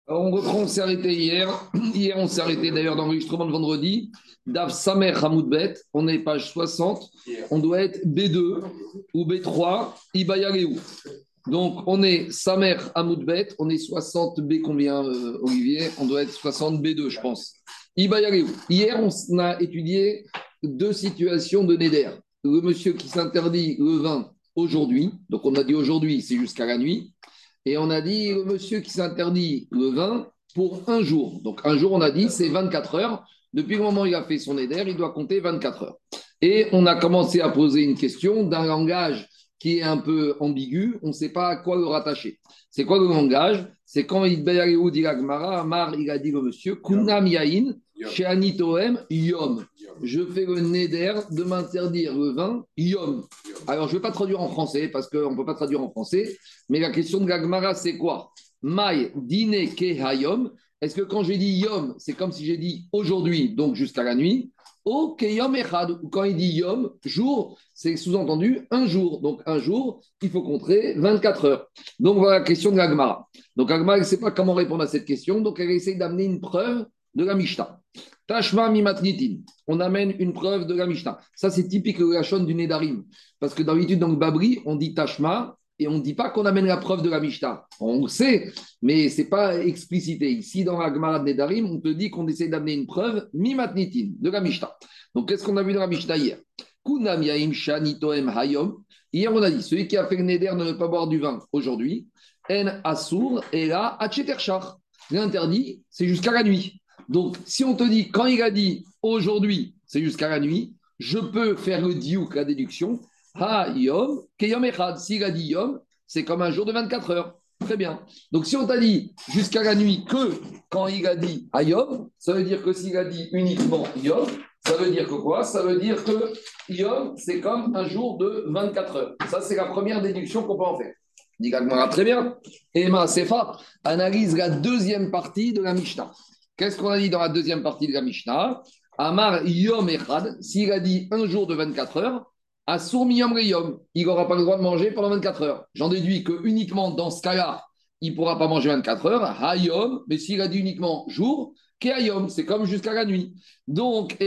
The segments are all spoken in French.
On reprend, on s'est arrêté hier. Hier, on s'est arrêté d'ailleurs dans l'enregistrement de vendredi. Dav Samer Hamoudbet, on est page 60. On doit être B2 ou B3, Ibayareu. Donc, on est Samer Hamoudbet, on est 60 B combien, Olivier? On doit être 60 B2, je pense. Ibayareu. Hier, on a étudié deux situations de Neder. Le monsieur qui s'interdit le vin aujourd'hui, donc on a dit aujourd'hui, c'est jusqu'à la nuit. Et on a dit le monsieur qui s'interdit le vin pour un jour. Donc un jour, on a dit, c'est 24 heures. Depuis le moment où il a fait son éder, il doit compter 24 heures. Et on a commencé à poser une question d'un langage qui est un peu ambigu. On ne sait pas à quoi le rattacher. C'est quoi le langage? C'est quand il dit l'agmara, Amar, il a dit le monsieur, Kunam Yain, chez Anitoem, Yom. Je fais le neder de m'interdire le vin, Yom. Alors, je ne vais pas traduire en français parce qu'on ne peut pas traduire en français. Mais la question de Gagmara, c'est quoi? Maï, dîner, ke hayom. Est-ce que quand j'ai dit yom, c'est comme si j'ai dit aujourd'hui, donc jusqu'à la nuit? O ke yom echad. Ou quand il dit yom, jour, c'est sous-entendu un jour. Donc un jour, il faut compter 24 heures. Donc voilà la question de Gagmara. Donc Gagmara, elle ne sait pas comment répondre à cette question. Donc elle essaye d'amener une preuve de la Mishnah. Tashma mimatnitin. On amène une preuve de la Mishnah. Ça, c'est typique de la chaîne du Nedarim. Parce que d'habitude, dans le Babri, on dit Tashma. Et on ne dit pas qu'on amène la preuve de la Mishnah. On le sait, mais ce n'est pas explicité. Ici, dans la Gemara de Nedarim, on te dit qu'on essaie d'amener une preuve mimatnitin de la Mishnah. Donc, qu'est-ce qu'on a vu dans la Mishnah hier? Kunam yaim shanitoem hayom. Hier, on a dit celui qui a fait le Neder de ne pas boire du vin aujourd'hui, en asur et là, acheterchar. L'interdit, c'est jusqu'à la nuit. Donc, si on te dit, quand il a dit aujourd'hui, c'est jusqu'à la nuit, je peux faire le diouk, la déduction. Ha yom, ke yom echad. S'il a dit yom, c'est comme un jour de 24 heures. Très bien. Donc, si on t'a dit jusqu'à la nuit que quand il a dit ayom, ça veut dire que s'il a dit uniquement yom, ça veut dire que quoi? Ça veut dire que yom, c'est comme un jour de 24 heures. Ça, c'est la première déduction qu'on peut en faire. Dit Gagmara, très bien. Emma Sefa analyse la deuxième partie de la Mishnah. Qu'est-ce qu'on a dit dans la deuxième partie de la Mishnah? Amar yom echad, s'il a dit un jour de 24 heures, Assour miyom reyom, il n'aura pas le droit de manger pendant 24 heures. J'en déduis que uniquement dans ce cas-là, il ne pourra pas manger 24 heures. Hayom, mais s'il a dit uniquement jour, Kehayom, c'est comme jusqu'à la nuit. Donc,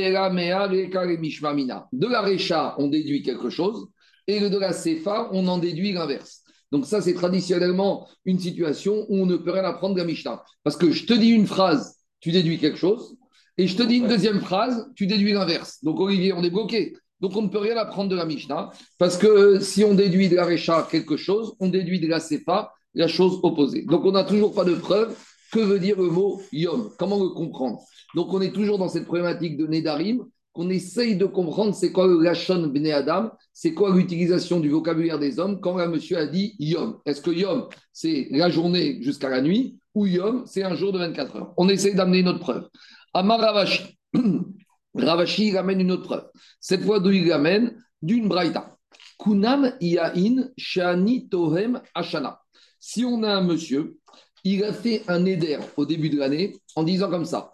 de la Recha, on déduit quelque chose, et de la Sefa, on en déduit l'inverse. Donc, ça, c'est traditionnellement une situation où on ne peut rien apprendre de la Mishnah. Parce que je te dis une phrase, tu déduis quelque chose, et je te dis une deuxième phrase, tu déduis l'inverse. Donc, Olivier, on est bloqué. Donc, on ne peut rien apprendre de la Mishnah, parce que si on déduit de la Recha quelque chose, on déduit de la Sefa la chose opposée. Donc, on n'a toujours pas de preuve. Que veut dire le mot Yom? Comment le comprendre? Donc, on est toujours dans cette problématique de Nedarim, qu'on essaye de comprendre c'est quoi le Lachon Bnei Adam, c'est quoi l'utilisation du vocabulaire des hommes quand un monsieur a dit Yom. Est-ce que Yom, c'est la journée jusqu'à la nuit, ou Yom, c'est un jour de 24 heures? On essaye d'amener une autre preuve. Amar Ravashi. Ravashi ramène une autre preuve. Cette fois, d'où il ramène? D'une braïta. Kunam yain shani tohem ashana. Si on a un monsieur, il a fait un éder au début de l'année en disant comme ça,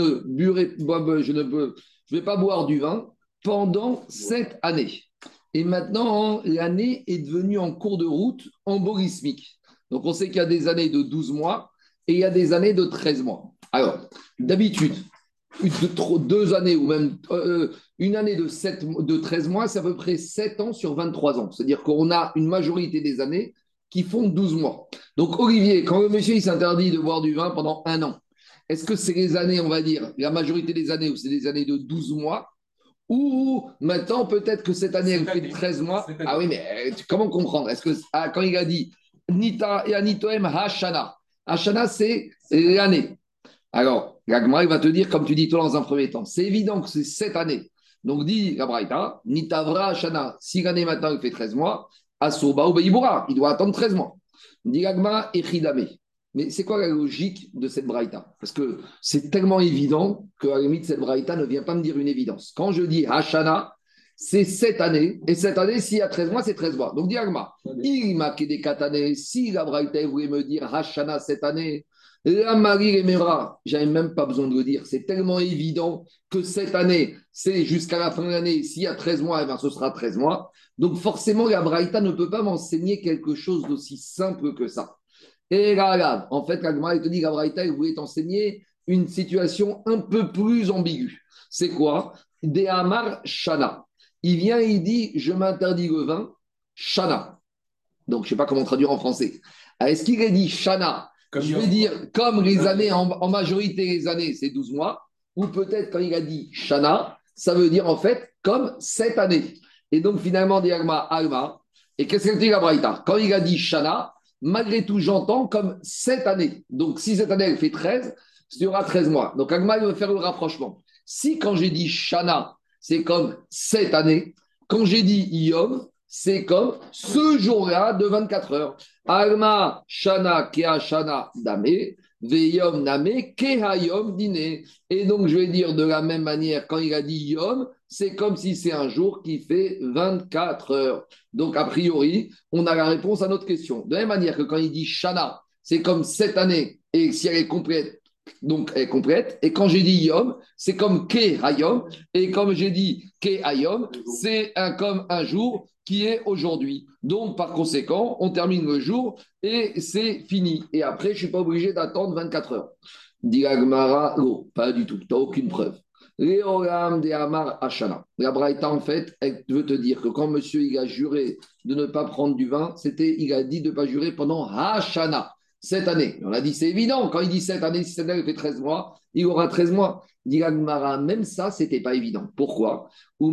je ne vais pas boire du vin pendant 7 années. Et maintenant, l'année est devenue en cours de route embolismique. Donc, on sait qu'il y a des années de 12 mois et il y a des années de 13 mois. Alors, d'habitude, 2 années ou même une année de 13 mois, c'est à peu près 7 ans sur 23 ans. C'est-à-dire qu'on a une majorité des années qui font 12 mois. Donc, Olivier, quand le monsieur il s'interdit de boire du vin pendant un an, est-ce que c'est les années, on va dire, la majorité des années, ou c'est des années de 12 mois, ou maintenant, peut-être que cette année, elle fait 13 mois? Ah oui, mais comment comprendre? Est-ce que quand il a dit Nita et Anitoem Hashana, Hashana, c'est l'année. Alors, l'Agma, il va te dire, comme tu dis toi dans un premier temps, c'est évident que c'est 7 années. Donc, dit la Braïta, Nitavra Hashana, si l'année maintenant, il fait 13 mois, Asurba ou Beibura, il doit attendre 13 mois. Dit l'Agma, Echidame. Mais c'est quoi la logique de cette braïta? Parce que c'est tellement évident que, à la limite, cette braïta ne vient pas me dire une évidence. Quand je dis Hashana, c'est 7 années. Et 7 années, s'il y a 13 mois, c'est 13 mois. Donc, Diagma, il m'a des 4 années. Si la braïta voulait me dire Hashana 7 années, la Marie et Mera, j'avais même pas besoin de le dire. C'est tellement évident que cette année, c'est jusqu'à la fin de l'année. S'il y a 13 mois, eh ben, ce sera 13 mois. Donc, forcément, la braïta ne peut pas m'enseigner quelque chose d'aussi simple que ça. Et là, en fait, la Gemara, elle te dit, la Braïta, elle voulait t'enseigner une situation un peu plus ambiguë. C'est quoi? Des Amar Shana. Il vient et il dit, je m'interdis le vin, Shana. Donc, je ne sais pas comment traduire en français. Est-ce qu'il a dit Shana? Comme Je vais Yom, dire, quoi. comme les années, en majorité, les années, c'est 12 mois. Ou peut-être quand il a dit Shana, ça veut dire en fait comme 7 années. Et donc, finalement, dit Alma, Alma. Et qu'est-ce qu'elle dit la Braïta? Quand il a dit Shana, malgré tout, j'entends comme 7 années. Donc, si cette année, elle fait 13, il y aura 13 mois. Donc, Alma, il veut faire le rapprochement. Si quand j'ai dit Shana, c'est comme 7 années, quand j'ai dit Yom, c'est comme ce jour-là de 24 heures. Alma Shana Kea Shana Dame, Veyom Name Kehayom Dine. Et donc, je vais dire de la même manière, quand il a dit Yom, c'est comme si c'est un jour qui fait 24 heures. Donc, a priori, on a la réponse à notre question. De la même manière que quand il dit Shana, c'est comme cette année, et si elle est complète, donc elle est complète. Et quand j'ai dit Yom, c'est comme Ke Hayom. Et comme j'ai dit Ke Hayom, c'est comme un jour qui est aujourd'hui. Donc, par conséquent, on termine le jour et c'est fini. Et après, je ne suis pas obligé d'attendre 24 heures. Dit Agmara, non, pas du tout. Tu n'as aucune preuve. Léoram de Amar Hachana. La Braïta, en fait, elle veut te dire que quand monsieur il a juré de ne pas prendre du vin, il a dit de ne pas jurer pendant Hachana, cette année. On a dit, c'est évident. Quand il dit cette année, si cette année fait 13 mois, il aura 13 mois. Dit Agmara, même ça, c'était pas évident. Pourquoi?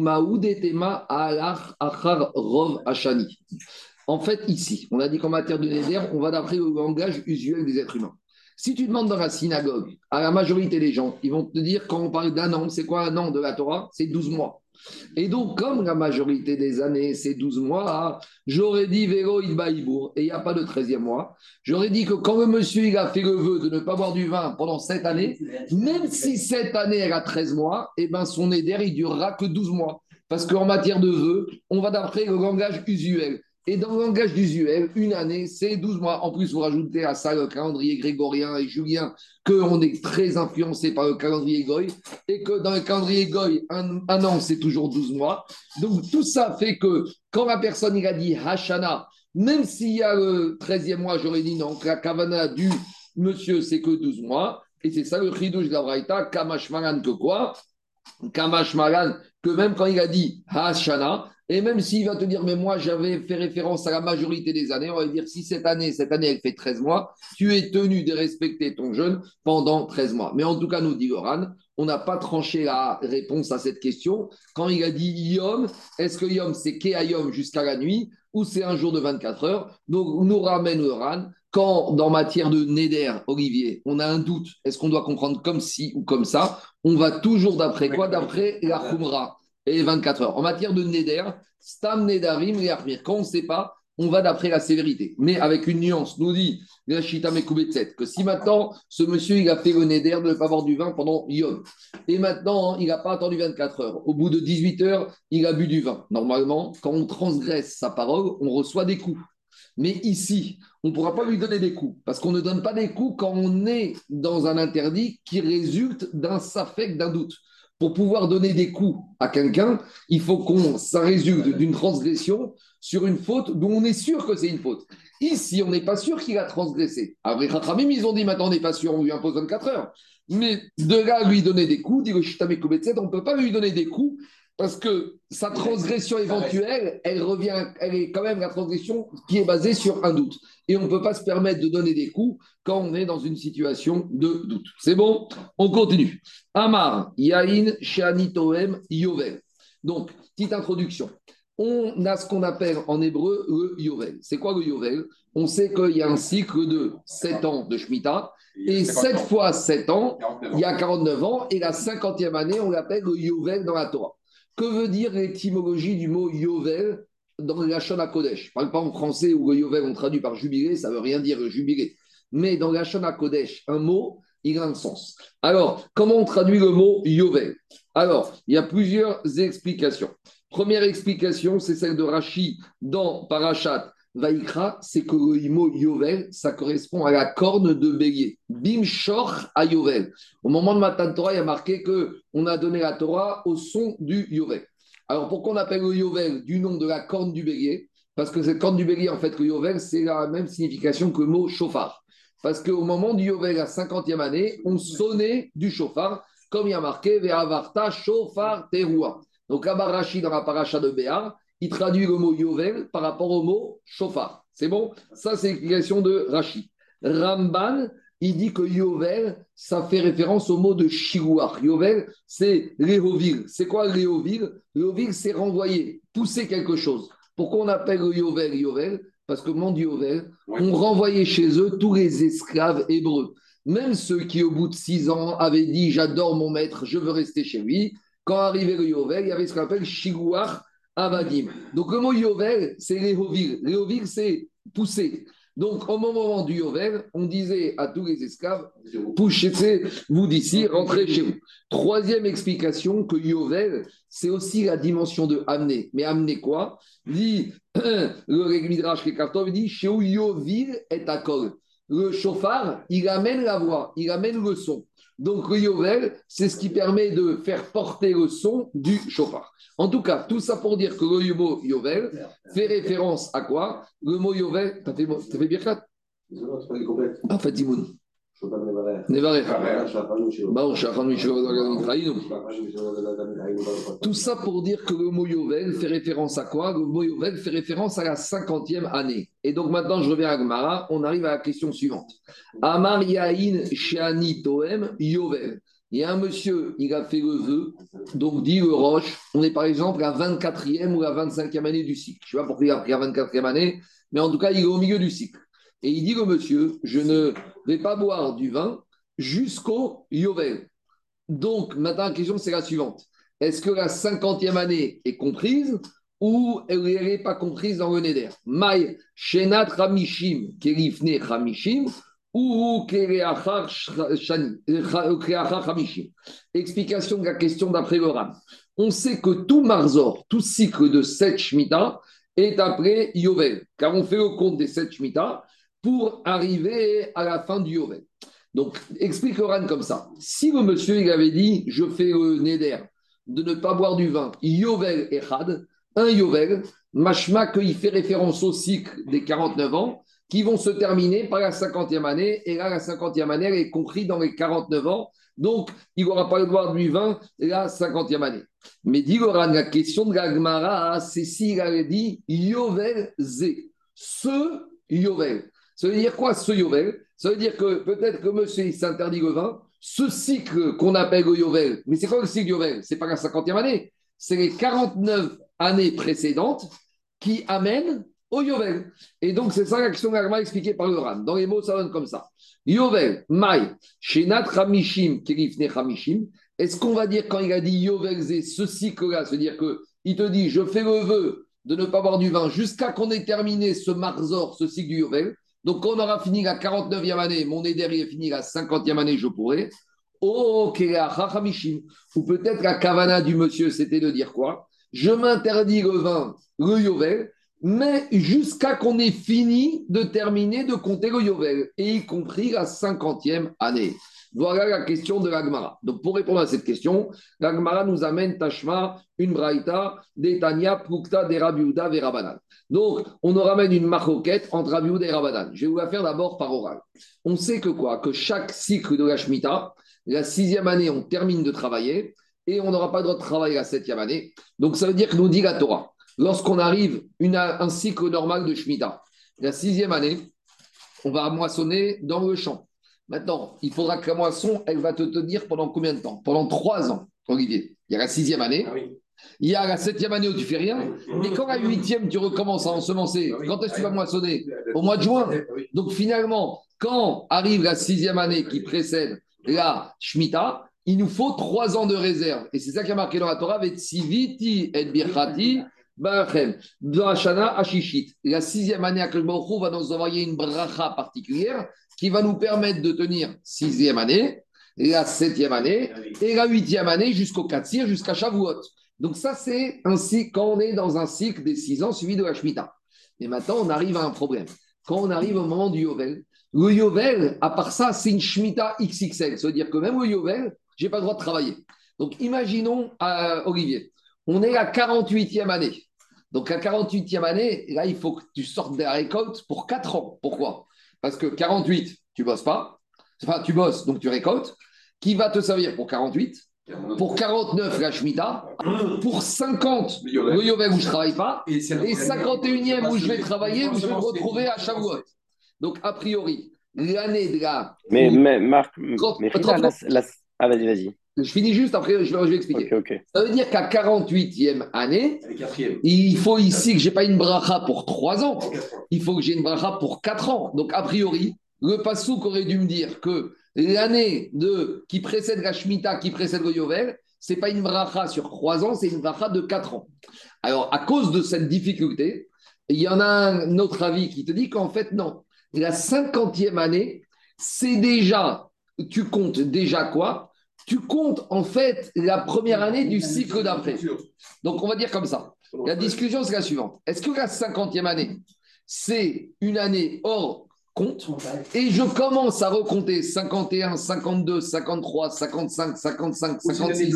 En fait, ici, on a dit qu'en matière de Néder, on va d'après le langage usuel des êtres humains. Si tu demandes dans la synagogue à la majorité des gens, ils vont te dire, quand on parle d'un an, c'est quoi un an de la Torah? C'est 12 mois. Et donc, comme la majorité des années, c'est 12 mois, j'aurais dit Vélo Idbaïbour, et il n'y a pas de 13e mois. J'aurais dit que quand le monsieur il a fait le vœu de ne pas boire du vin pendant 7 années, même si cette année elle a 13 mois, et ben son éder, il durera que 12 mois. Parce qu'en matière de vœux, on va d'après le langage usuel. Et dans le langage usuel, une année, c'est 12 mois. En plus, vous rajoutez à ça le calendrier grégorien et julien, qu'on est très influencé par le calendrier goy, et que dans le calendrier goy, un an, c'est toujours 12 mois. Donc, tout ça fait que quand la personne, il a dit Hashana, même s'il y a le 13e mois, j'aurais dit non, que la kavana du monsieur, c'est que 12 mois. Et c'est ça le chidouche de la Braïta, Kamashmaran que quoi? Kamash Malan, que même quand il a dit Hashana, et même s'il va te dire, mais moi j'avais fait référence à la majorité des années, on va dire, si cette année elle fait 13 mois, tu es tenu de respecter ton jeûne pendant 13 mois. Mais en tout cas, nous dit Goran, on n'a pas tranché la réponse à cette question. Quand il a dit Yom, est-ce que Yom c'est Yom jusqu'à la nuit ou c'est un jour de 24 heures? Donc nous ramène Goran. Quand dans matière de Neder, Olivier, on a un doute, est-ce qu'on doit comprendre comme ci ou comme ça? On va toujours d'après quoi? D'après la Khumra et 24 heures. En matière de Neder, Stam Nedarim et Armir. Quand on ne sait pas, on va d'après la sévérité. Mais avec une nuance, nous dit la Shita Mekoubetset, que si maintenant ce monsieur il a fait le Neder de ne pas boire du vin pendant Yom, et maintenant il n'a pas attendu 24 heures, au bout de 18 heures, il a bu du vin. Normalement, quand on transgresse sa parole, on reçoit des coups. Mais ici, on ne pourra pas lui donner des coups, parce qu'on ne donne pas des coups quand on est dans un interdit qui résulte d'un safek, d'un doute. Pour pouvoir donner des coups à quelqu'un, il faut qu'on ça résulte d'une transgression sur une faute dont on est sûr que c'est une faute. Ici, on n'est pas sûr qu'il a transgressé. Après, Rachamim, ils ont dit maintenant on n'est pas sûr, on lui impose 24 heures. Mais de là, lui donner des coups, dit le Shitame Kobetset, on ne peut pas lui donner des coups parce que sa transgression éventuelle, elle revient, elle est quand même la transgression qui est basée sur un doute. Et on ne peut pas se permettre de donner des coups quand on est dans une situation de doute. C'est bon? On continue. Amar, Yain, Shani, Toem, Yovel. Donc, petite introduction. On a ce qu'on appelle en hébreu le Yovel. C'est quoi le Yovel? On sait qu'il y a un cycle de 7 ans de Shemitah. Et 7 fois 7 ans, il y a 49 ans. Et la 50e année, on l'appelle le Yovel dans la Torah. Que veut dire l'étymologie du mot Yovel dans la Shana Kodesh? Je ne parle pas en français où le Yovel on traduit par jubilé, ça ne veut rien dire jubilé. Mais dans la Shana Kodesh, un mot, il a un sens. Alors, comment on traduit le mot Yovel? Alors, il y a plusieurs explications. Première explication, c'est celle de Rashi dans Parashat Vaikra, c'est que le mot Yovel, ça correspond à la corne de bélier. Bim Shor à Yovel. Au moment de Matan Torah, il y a marqué qu'on a donné la Torah au son du Yovel. Alors pourquoi on appelle le Yovel du nom de la corne du bélier? Parce que cette corne du bélier, en fait, le Yovel, c'est la même signification que le mot chauffard. Parce qu'au moment du Yovel, la 50e année, on sonnait du chauffard, comme il y a marqué Ve'avarta chauffard teroua. Donc, Abarashi, dans la paracha de Béar, il traduit le mot Yovel par rapport au mot chauffard. C'est bon? Ça, c'est l'explication de Rashi. Ramban, il dit que Yovel, ça fait référence au mot de Shirouach. Yovel, c'est Réhovil. C'est quoi Réhovil? Réhovil, c'est renvoyer, pousser quelque chose. Pourquoi on appelle le Yovel Yovel? Parce que le monde Yovel, on renvoyait chez eux tous les esclaves hébreux. Même ceux qui, au bout de 6 ans, avaient dit j'adore mon maître, je veux rester chez lui. Quand arrivait le Yovel, il y avait ce qu'on appelle Shirouach Avadim. Donc le mot Yovel, c'est Réhovil. Réhovil, c'est pousser. Donc, au moment du Yovel, on disait à tous les esclaves, poussez-vous d'ici, rentrez chez vous. Troisième explication, que Yovel, c'est aussi la dimension de amener. Mais amener quoi? Dit le Midrash Kekartov, dit chez Yovil est à col. Le chauffard, il amène la voix, il amène le son. Donc, le Yovel, c'est ce qui permet de faire porter le son du chauffard. En tout cas, tout ça pour dire que le mot Yovel fait référence à quoi? Le mot Yovel, t'as fait Birkat? Ah, Fatimoun. Nevarer. Tout ça pour dire que le mot Yovel fait référence à quoi? Le mot Yovel fait référence à la 50e année. Et donc maintenant, je reviens à Gemara, on arrive à la question suivante. Amar Yahin Shani Toem Yovel. Il y a un monsieur, il a fait le vœu, donc dit le Roche, on est par exemple à la 24e ou la 25e année du cycle. Je ne sais pas pourquoi il a pris la 24e année, mais en tout cas, il est au milieu du cycle. Et il dit le monsieur, je ne vais pas boire du vin jusqu'au Yovel. Donc, maintenant, la question, c'est la suivante. Est-ce que la 50e année est comprise ou elle n'est pas comprise dans le Neder? Maï, Shenat Ramishim, Kerifne Ramishim, ou Kereachar Ramishim. Explication de la question d'après le Ram. On sait que tout Marzor, tout cycle de 7 Shemitah est après Yovel, car on fait le compte des 7 Shemitah pour arriver à la fin du Yovel. Donc, explique le Ran comme ça. Si le monsieur il avait dit je fais le Neder de ne pas boire du vin, Yovel Echad, un Yovel, machma qu'il fait référence au cycle des 49 ans qui vont se terminer par la 50e année. Et là, la 50e année, elle est comprise dans les 49 ans. Donc, il n'aura pas le droit du vin la 50e année. Mais dit le Ran, la question de la Gemara, c'est s'il avait dit Yovel Zé, ce Yovel. Ça veut dire quoi ce Yovel? Ça veut dire que peut-être que monsieur s'interdit le vin, ce cycle qu'on appelle le Yovel, mais c'est quoi le cycle Yovel? C'est pas la 50e année, c'est les 49 années précédentes qui amènent au Yovel. Et donc c'est ça l'action d'Agma expliquée par le Ran. Dans les mots, ça donne comme ça. Yovel, Maï, Shenat Ramishim, Kerifne Ramishim. Est-ce qu'on va dire quand il a dit Yovel, ce cycle-là, c'est-à-dire qu'il te dit je fais le vœu de ne pas boire du vin jusqu'à qu'on ait terminé ce Marzor, ce cycle du Yovel. Donc, quand on aura fini la 49e année, mon éder est fini la 50e année, je pourrais. Oh, ou peut-être la kavana du monsieur, c'était de dire quoi? Je m'interdis le vin, le Yovel, mais jusqu'à qu'on ait fini de terminer de compter le Yovel, et y compris la 50e année. Voilà la question de l'Agmara. Donc, pour répondre à cette question, l'Agmara nous amène Tashma, une braïta, des Tanya, Plukta, des Rabiuda, Verabanan. Donc, on nous ramène une maroquette entre Rabiuda et Rabanan. Je vais vous la faire d'abord par oral. On sait que quoi? Que chaque cycle de la Shemitah, la 6e année, on termine de travailler et on n'aura pas le droit de travailler la 7e année. Donc, ça veut dire que nous dit la Torah, lorsqu'on arrive à un cycle normal de Shemitah, la 6e année, on va moissonner dans le champ. Maintenant, il faudra que la moisson, elle va te tenir pendant combien de temps? Pendant 3 ans, Olivier. Il y a la 6e année, il y a la 7e année où tu fais rien, mais quand la 8e, tu recommences à ensemencer, quand est-ce que tu vas moissonner? Au mois de juin. Donc finalement, quand arrive la 6e année qui précède la Shemitah, il nous faut 3 ans de réserve. Et c'est ça qui a marqué dans la Torah, Vetsiviti et Birchati, Bachem, Doashana Ashishit. La 6e année, Akash Baruch Hu va nous envoyer une bracha particulière qui va nous permettre de tenir 6e année, la 7e année et la 8e année jusqu'au Katsir, jusqu'à Shavuot. Donc ça, c'est un cycle, quand on est dans un cycle des 6 ans suivi de la Shemitah. Mais maintenant, on arrive à un problème. Quand on arrive au moment du Yovel, le Yovel, à part ça, c'est une Shemitah XXL. Ça veut dire que même le Yovel, je n'ai pas le droit de travailler. Donc imaginons, Olivier, on est à la 48e année. Donc la 48e année, là, il faut que tu sortes de la récolte pour 4 ans. Pourquoi? Parce que 48, tu bosses pas. Enfin, tu bosses, donc tu récoltes, qui va te servir pour 48, pour 49, la Shemitah, pour 50, le Yovel où je ne travaille pas, et 51e où je vais travailler, où je vais me retrouver à Shavuot. Donc, a priori, l'année de la... Mais Marc, 30, mais Rina, 30, ah, vas-y, vas-y. je finis juste, après je vais Ok, expliquer. ok. Ça veut dire qu'à 48e année, il faut ici que je n'ai pas une bracha pour 3 ans, il faut que j'ai une bracha pour 4 ans. Donc, a priori, le Passouk aurait dû me dire que l'année qui précède la Shemitah, qui précède le Yovel, ce n'est pas une bracha sur 3 ans, c'est une bracha de 4 ans. Alors, à cause de cette difficulté, il y en a un autre avis qui te dit qu'en fait, non. La 50e année, c'est déjà, tu comptes déjà quoi? Tu comptes en fait la première année du cycle d'après. Donc, on va dire comme ça. La discussion, c'est la suivante. Est-ce que la 50e année, c'est une année hors compte et je commence à recompter 51, 52, 53, 55, 55, 56,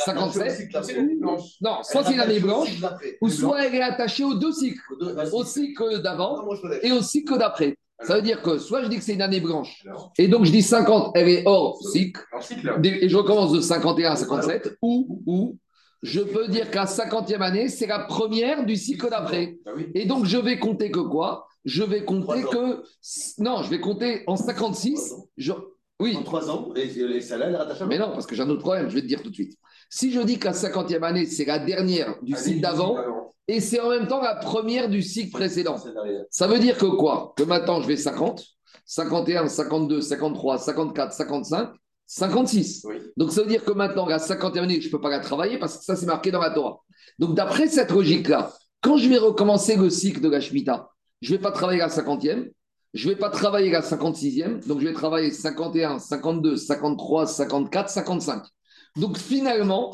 57. Non, soit c'est une année blanche, ou soit elle est attachée aux deux cycles, au cycle d'avant et au cycle d'après. Ça veut dire que soit je dis que c'est une année blanche, et donc je dis 50, elle est hors cycle, et je recommence de 51 à 57, ou je peux dire qu'à 50e année, c'est la première du cycle d'après. Et donc je vais compter que quoi? Je vais compter que... Non, je vais compter en 56. Oui. En 3 ans, et celle-là, elle est rattachable. Mais non, parce que j'ai un autre problème, je vais te dire tout de suite. Si je dis qu'à 50e année, c'est la dernière du cycle d'avant, et c'est en même temps la première du cycle précédent, ça veut dire que quoi? Que maintenant, je vais 50, 51, 52, 53, 54, 55, 56. Oui. Donc ça veut dire que maintenant, la 50e année, je ne peux pas la travailler parce que ça, c'est marqué dans la Torah. Donc d'après cette logique-là, quand je vais recommencer le cycle de la Shemitah, je ne vais pas travailler la 50e, je ne vais pas travailler la 56e, donc je vais travailler 51, 52, 53, 54, 55. Donc finalement,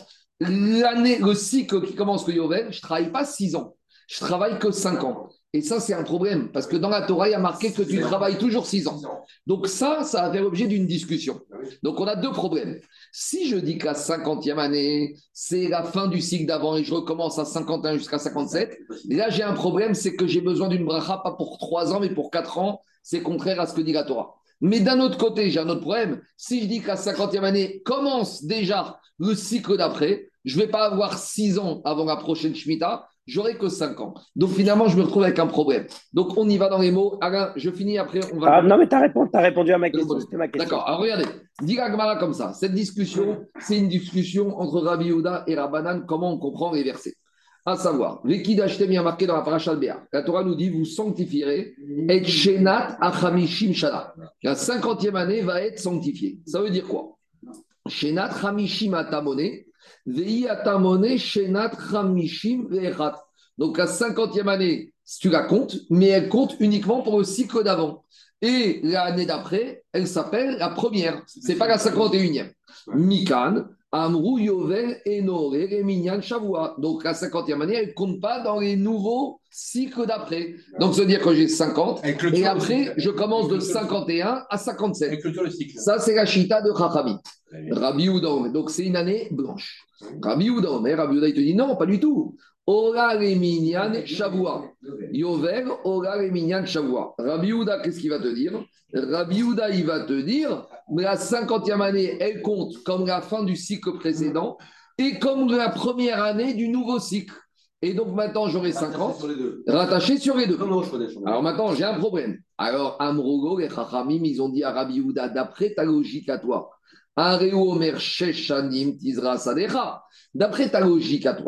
le cycle qui commence le Yovel, je ne travaille pas 6 ans, je travaille que 5 ans. Et ça, c'est un problème, parce que dans la Torah, il y a marqué que tu travailles toujours 6 ans. Donc ça a fait l'objet d'une discussion. Donc on a deux problèmes. Si je dis que la 50e année, c'est la fin du cycle d'avant et je recommence à 51 jusqu'à 57, là j'ai un problème, c'est que j'ai besoin d'une bracha, pas pour 3 ans, mais pour 4 ans. C'est contraire à ce que dit la Torah. Mais d'un autre côté, j'ai un autre problème. Si je dis que la 50e année commence déjà le cycle d'après, je ne vais pas avoir 6 ans avant la prochaine Shemitah, j'aurai que 5 ans. Donc finalement, je me retrouve avec un problème. Donc on y va dans les mots. Alain, je finis après, on va... Ah, non, mais t'as répondu à ma question, c'était ma question. D'accord, alors regardez, dit la Gemara comme ça. Cette discussion, c'est une discussion entre Rabbi Yehuda et Rabbanan, comment on comprend les versets. À savoir, Vekid Hashtem est marqué dans la paracha de Béa. La Torah nous dit, vous sanctifierez et Shenat Achamishim Shana. La 50e année va être sanctifiée. Ça veut dire quoi? Shenat Hamishim Atamone, Vei Atamone Shenat Hamishim Ve'echat. Donc la 50e année, si tu la comptes, mais elle compte uniquement pour le cycle d'avant. Et l'année d'après, elle s'appelle la première. C'est pas la 51e. Mikan, Amrou Yovel Enore Reminyan Shavua. Donc la 50e année, elle ne compte pas dans les nouveaux cycles d'après. Donc ça veut dire que j'ai 50 et après, je commence de 51 à 57. Ça, c'est la chita de Chachami. Rabbi Oudom. Donc c'est une année blanche. Rabbi Oudom. Rabbi Oudom, il te dit non, pas du tout. Ora Reminyan Shavua. Yovel, Ora Reminyan Shavua. Rabbi Ouda, qu'est-ce qu'il va te dire? Rabbi Ouda, il va te dire, mais la 50e année, elle compte comme la fin du cycle précédent et comme la première année du nouveau cycle. Et donc maintenant, j'aurai 50 rattachés sur les deux. Alors maintenant, j'ai un problème. Alors, Amrogo, les Chachamim, ils ont dit à Rabbi Ouda, d'après ta logique à toi, Areu Omer Sheshanim Tizra Sadecha. D'après ta logique à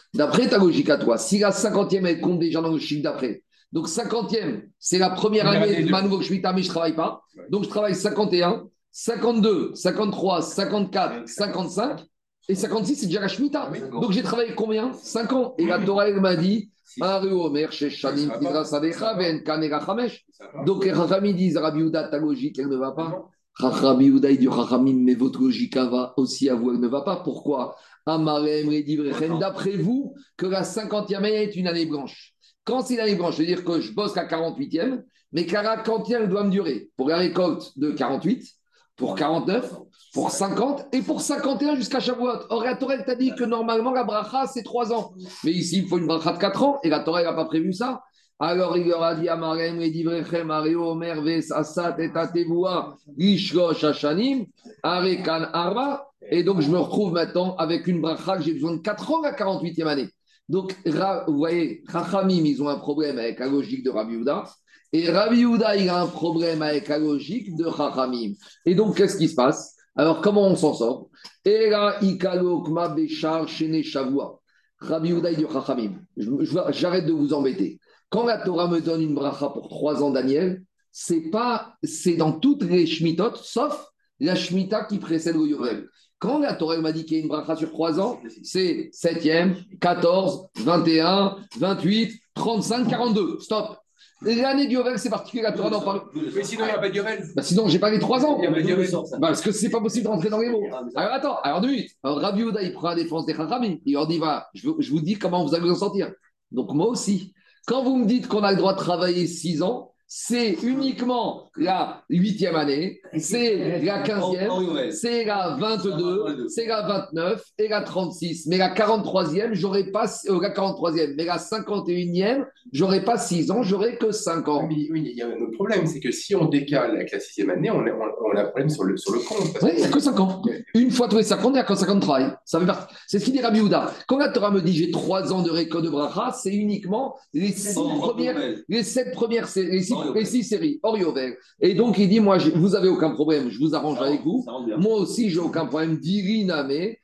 toi, si la 50e, elle compte déjà dans le chiffre d'après, donc 50e, c'est la première année de ma nouvelle Shemitah, mais je ne travaille pas. Donc je travaille 51, 52, 53, 54, 55 et 56, c'est déjà la Shemitah. Donc j'ai travaillé combien? 5 ans. Et la Torah, elle m'a dit Areu Omer Sheshanim Tizra Sadecha Ven Kanega Chamesh. Donc les Chachamim disent Rabbi Ouda, ta logique, elle ne va pas. Rabbi Yehuda, il dit Chachamim, mais votre logique va aussi à vous, elle ne va pas. Pourquoi? D'après vous, que la 50e année est une année blanche. Quand c'est une année blanche, je veux dire que je bosse la 48e, mais qu'à la 40e, elle doit me durer. Pour la récolte de 48, pour 49, pour 50 et pour 51 jusqu'à Shavuot. Or, la Torah, elle t'a dit que normalement, la bracha, c'est 3 ans. Mais ici, il faut une bracha de 4 ans et la Torah, elle n'a pas prévu ça. Alors il leur a dit Amarem, Edivrechem, Areo, Omer, Ves, Asat, et Atevoua, Ishlosh, Hashanim, Arekan, Arba. Et donc je me retrouve maintenant avec une bracha que j'ai besoin de 4 ans à 48e année. Donc vous voyez, Chachamim, ils ont un problème avec la logique de Rabbi Yehuda. Et Rabbi Yehuda, il a un problème avec la logique de Chachamim. Et donc, qu'est-ce qui se passe? Alors, comment on s'en sort? Era ikalo kma bechar shene shavua. Rabbi Yehuda, il dit Chachamim. J'arrête de vous embêter. Quand la Torah me donne une bracha pour 3 ans, Daniel, c'est dans toutes les shmitot, sauf la shmita qui précède le Yovel. Quand la Torah m'a dit qu'il y a une bracha sur 3 ans, c'est 7e, 14, 21, 28, 35, 42. Stop. L'année du Yovel, c'est particulier, la Torah n'en parle. Mais sinon, il n'y a pas de Yovel. Sinon, j'ai pas les 3 ans. Il y a pas de Yovel. Parce que c'est pas possible de rentrer dans les mots. Alors attends, alors 2 minutes. Alors Rabbi Yehuda, il prend la défense des Chachamim. Il leur dit, voilà, je vous dis comment vous allez vous en sortir. Donc moi aussi, quand vous me dites qu'on a le droit de travailler 6 ans, c'est uniquement la 8e année, c'est la 15e, c'est la 22, c'est la 29 et la 36. Mais la 43e, j'aurais pas, la 43e, mais la 51e, j'aurais pas 6 ans, j'aurais que 5 ans. Oui, il y a un autre problème, c'est que si on décale avec la 6e année, on a un problème sur le compte. Oui, il n'y a que 5 ans. Une fois tous les 5 ans, il n'y a que 50 de travail. Ça fait partie. C'est ce qu'il dit Rabbi Yehuda. Quand la Torah me dit j'ai 3 ans de récolte de bracha, c'est uniquement les 7 premières les 6 séries, hors Yovel. Et donc il dit moi, vous n'avez aucun problème, je vous arrange avec vous. Moi aussi, j'ai aucun problème. Diriname,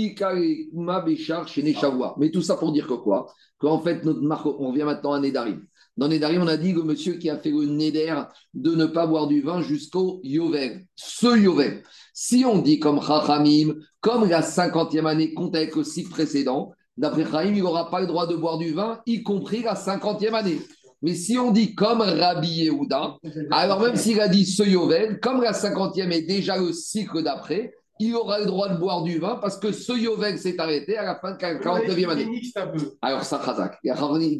Ikarema Béchar chez Neshavua. Mais tout ça pour dire que quoi? Qu'en fait, notre marque, on revient maintenant à Nédarim. Dans Nédarim, on a dit le monsieur qui a fait le Néder de ne pas boire du vin jusqu'au Yovel. Ce Yovel. Si on dit comme Chachamim, comme la 50e année compte avec le cycle précédent, d'après Chachamim, il n'aura pas le droit de boire du vin, y compris la 50e année. Mais si on dit comme Rabbi Yehuda, alors même s'il a dit ce Yovel, comme la 50e est déjà le cycle d'après, il aura le droit de boire du vin parce que ce Yovel s'est arrêté à la fin de la 49e année. Alors ça, Khazak. Il y a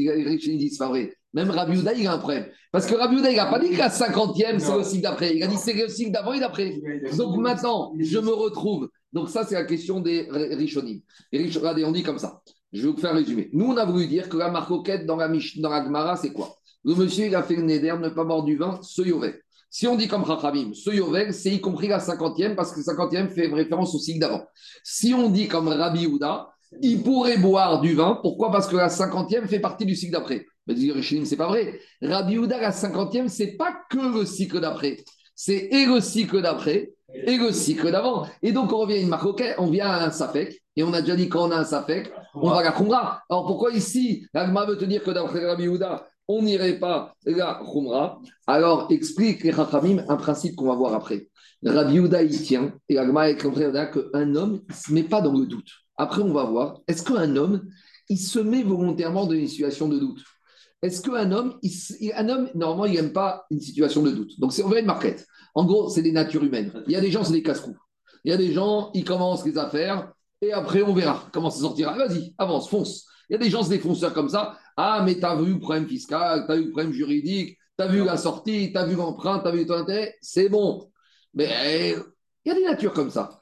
dit c'est pas vrai. Même Rabbi Yehuda, il a un problème. Parce que Rabbi Yehuda, il n'a pas dit que la 50e, c'est le cycle d'après. Il a dit c'est le cycle d'avant et d'après. Donc maintenant, je me retrouve. Donc ça, c'est la question des Rishonim. Regardez, on dit comme ça. Je vais vous faire un résumé. Nous, on a voulu dire que la marcoquette dans la Gemara, c'est quoi? Le monsieur, il a fait le néder, ne pas boire du vin, ce Yovel. Si on dit comme Chachamim, ce Yovel, c'est y compris la 50e, parce que la 50e fait référence au cycle d'avant. Si on dit comme Rabbi Yehuda, il pourrait boire du vin. Pourquoi? Parce que la 50e fait partie du cycle d'après. Mais c'est pas vrai. Rabbi Yehuda, la 50e, c'est pas que le cycle d'après. C'est et le cycle d'après et le cycle d'avant. Et donc, on revient à une marcoquette, on vient à un safek. Et on a déjà dit quand on a un safek, on va la khumra. Alors pourquoi ici, l'agma veut te dire que d'après Rabbi Yehuda, on n'irait pas la khumra? Alors explique les Chachamim un principe qu'on va voir après. Rabbi Yehuda, il tient, et l'agma est compris qu'un homme ne se met pas dans le doute. Après, on va voir, est-ce qu'un homme, il se met volontairement dans une situation de doute? Est-ce qu'un homme, normalement, il n'aime pas une situation de doute? Donc, on va une marquette. En gros, c'est des natures humaines. Il y a des gens, c'est des casse-cou. Il y a des gens, ils commencent les affaires, et après, on verra comment ça sortira. Vas-y, avance, fonce. Il y a des gens, c'est des fonceurs comme ça. Ah, mais tu as vu le problème fiscal, tu as vu le problème juridique, tu as vu la sortie, tu as vu l'emprunt, tu as vu ton intérêt, c'est bon. Mais il y a des natures comme ça.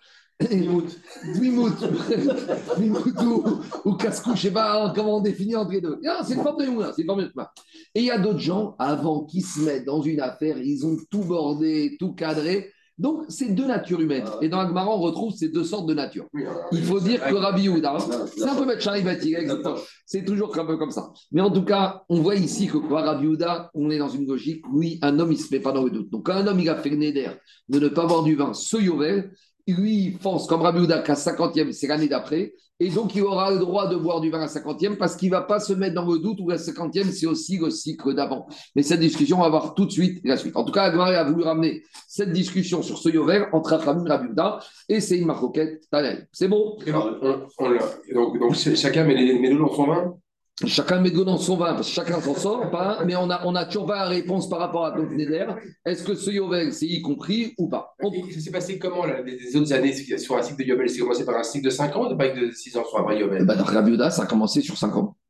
Wimout ou casse-cou, je ne sais pas comment on définit entre les deux. C'est une forme de Mouna, c'est une forme de Mouna. Et il y a d'autres gens, avant qu'ils se mettent dans une affaire, ils ont tout bordé, tout cadré. Donc, c'est deux natures humaines. Et dans Agmara, on retrouve ces deux sortes de natures. Il faut dire que Rabbi Yehuda, c'est un peu mettre Charibati, exactement. C'est toujours un peu comme ça. Mais en tout cas, on voit ici que quoi, Rabbi Yehuda, on est dans une logique, oui, un homme, il ne se met pas dans le doute. Donc, quand un homme, il a fait le néder de ne pas boire du vin, ce Yovel, lui, il pense comme Rabbi Yehuda qu'à 50e, c'est l'année d'après. Et donc, il aura le droit de boire du vin à 50e parce qu'il ne va pas se mettre dans le doute où la 50e, c'est aussi le cycle d'avant. Mais cette discussion, on va voir tout de suite la suite. En tout cas, Agmaré a voulu ramener cette discussion sur ce Yovel entre Rachamim et Rabbi Yehuda et c'est une marcoquette Tanel. C'est bon? Donc, chacun met les deux dans son vin? Chacun met dans son vin, parce que chacun s'en sort, pas, mais on a toujours pas la réponse par rapport à notre Néder. Est-ce que ce Yovel, c'est y compris ou pas? Ça s'est passé comment là, les autres années sur un cycle de Yovel? C'est commencé par un cycle de 5 ans ou pas de 6 ans sur un vrai Yovel? Dans Rabbi Yehuda, ça a commencé sur 5 ans.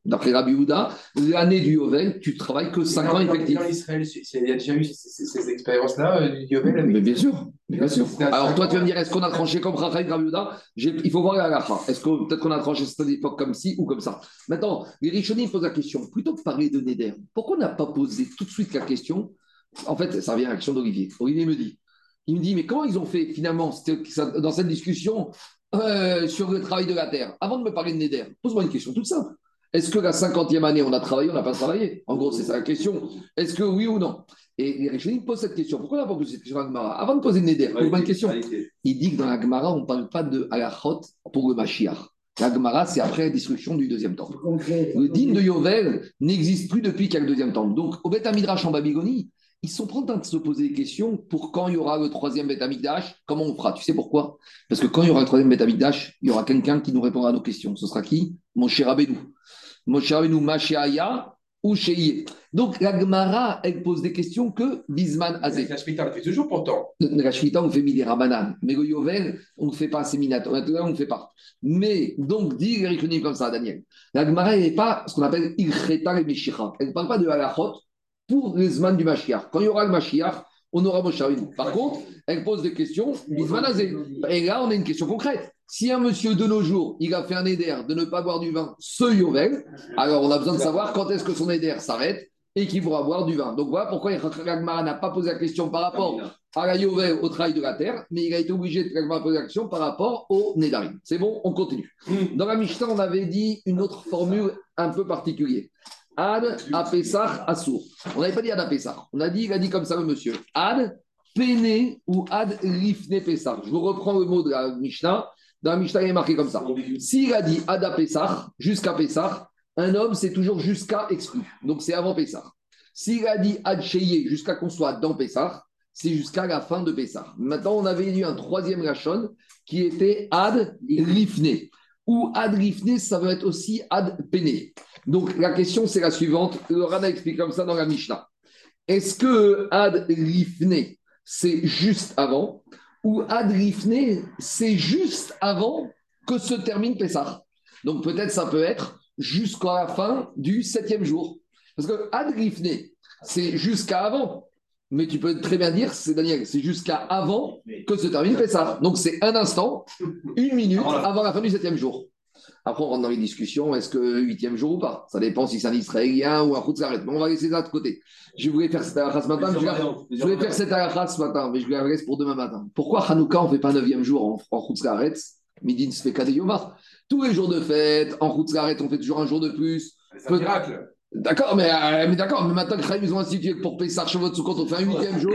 D'après Rabbi Houda, l'année du Yovel, tu travailles que 5 ans effectifs. Dans l'Israël, il y a déjà eu ces expériences-là, Yovel avec... Mais bien sûr, bien sûr. Alors toi, tu vas me dire, est-ce qu'on a tranché comme Rachaï Rabbi Houda? Il faut voir la halakha. Est-ce que peut-être qu'on a tranché cette époque comme ci ou comme ça? Maintenant, les Rishonim posent la question, plutôt que de parler de Neder, pourquoi on n'a pas posé tout de suite la question? En fait, ça revient à l'action d'Olivier. Olivier me dit, il me dit, mais comment ils ont fait finalement dans cette discussion sur le travail de la terre? Avant de me parler de Neder, pose-moi une question toute simple. Est-ce que la 50e année, on a travaillé, on n'a pas travaillé? En gros, c'est ça la question. Est-ce que oui ou non? Et les Rishonim posent cette question. Pourquoi on n'a pas posé cette question à Gemara? Avant de poser le Neder, pose-moi une question. Il dit que dans la Gemara, on ne parle pas de halachot pour le Mashiach. La Gemara, c'est après la destruction du deuxième temple. Le din de Yovel n'existe plus depuis qu'il y a le deuxième temple. Donc, au Beth Midrash en Babylonie, ils sont en train de se poser des questions pour quand il y aura le troisième Beth Amikdash, comment on fera? Tu sais pourquoi? Parce que quand il y aura le troisième Beth Amikdash, il y aura quelqu'un qui nous répondra à nos questions. Ce sera qui? Mon cher Abedou. Mon cher Abedou, Machéaya ou Cheye. Donc la Gemara, elle pose des questions que Bisman Azé. La Shmita, on le fait toujours pourtant. La Shmita, on fait Midera Banane. Mais le Yovel, on ne fait pas Séminat. Maintenant, on ne fait pas. Mais donc, dit les Rishonim comme ça, Daniel. La Gemara, elle n'est pas ce qu'on appelle Ilcheta et Meshicha. Elle ne parle pas de halachot pour les Zman du Mashiach. Quand il y aura le Mashiach, on aura Moshe Rabbeinu. Par contre, elle pose des questions Bisman Azé. Et là, on a une question concrète. Si un monsieur de nos jours, il a fait un éder de ne pas boire du vin, ce Yovel, alors on a besoin de savoir quand est-ce que son éder s'arrête et qu'il pourra boire du vin. Donc voilà pourquoi Ragmara n'a pas posé la question par rapport à la Yovel, au travail de la terre, mais il a été obligé de poser la question par rapport au Nédarim. C'est bon, on continue. Dans la Mishnah, on avait dit une autre formule un peu particulière. Ad à Pessah Assour. On n'avait pas dit Ad à Pessah. Il a dit comme ça le monsieur. Ad Pene ou Ad Rifne Pessah. Je vous reprends le mot de la Mishnah. Dans la Mishnah, il est marqué comme ça. S'il a dit Ada Pessah, jusqu'à Pessah, un homme, c'est toujours jusqu'à exclu. Donc, c'est avant Pessah. S'il a dit Ad Sheye, jusqu'à qu'on soit dans Pessah, c'est jusqu'à la fin de Pessah. Maintenant, on avait eu un troisième Rachon qui était Ad Rifne. Ou Ad Rifne, ça veut être aussi Ad Pene. Donc, la question, c'est la suivante. Le Rana explique comme ça dans la Mishnah. Est-ce que Ad Rifne, c'est juste avant? Ou Ad Rifne, c'est juste avant que se termine Pessah. Donc peut-être ça peut être jusqu'à la fin du 7e jour. Parce que Ad Rifne, c'est jusqu'à avant. Mais tu peux très bien dire, c'est Daniel, c'est jusqu'à avant que se termine Pessah. Donc c'est un instant, une minute avant la fin du 7e jour. Après, on rentre dans les discussions, est-ce que 8e jour ou pas? Ça dépend si c'est un Israélien ou un Khoutzlaret. Mais on va laisser ça de côté. Je voulais faire cette halakha ce matin, je voulais faire cette halakha ce matin, mais je la laisse pour demain matin. Pourquoi Hanouka, on ne fait pas 9e jour en Khoutzlaret? Midi ne se fait qu'à des Yoma. Tous les jours de fête, en Khoutzlaret, on fait toujours un jour de plus. C'est un miracle. D'accord, mais maintenant que Chaim, ils ont institué que pour Pessah, Shavuot, Sukkot, on fait un 8e jour.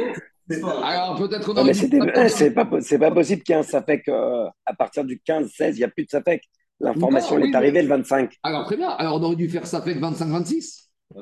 Alors peut-être qu'on aurait c'est pas possible qu'il y ait un Safek à partir du 15-16, il n'y a plus de Safek. L'information est arrivée le 25. Alors très bien, alors on aurait dû faire Safek 25-26.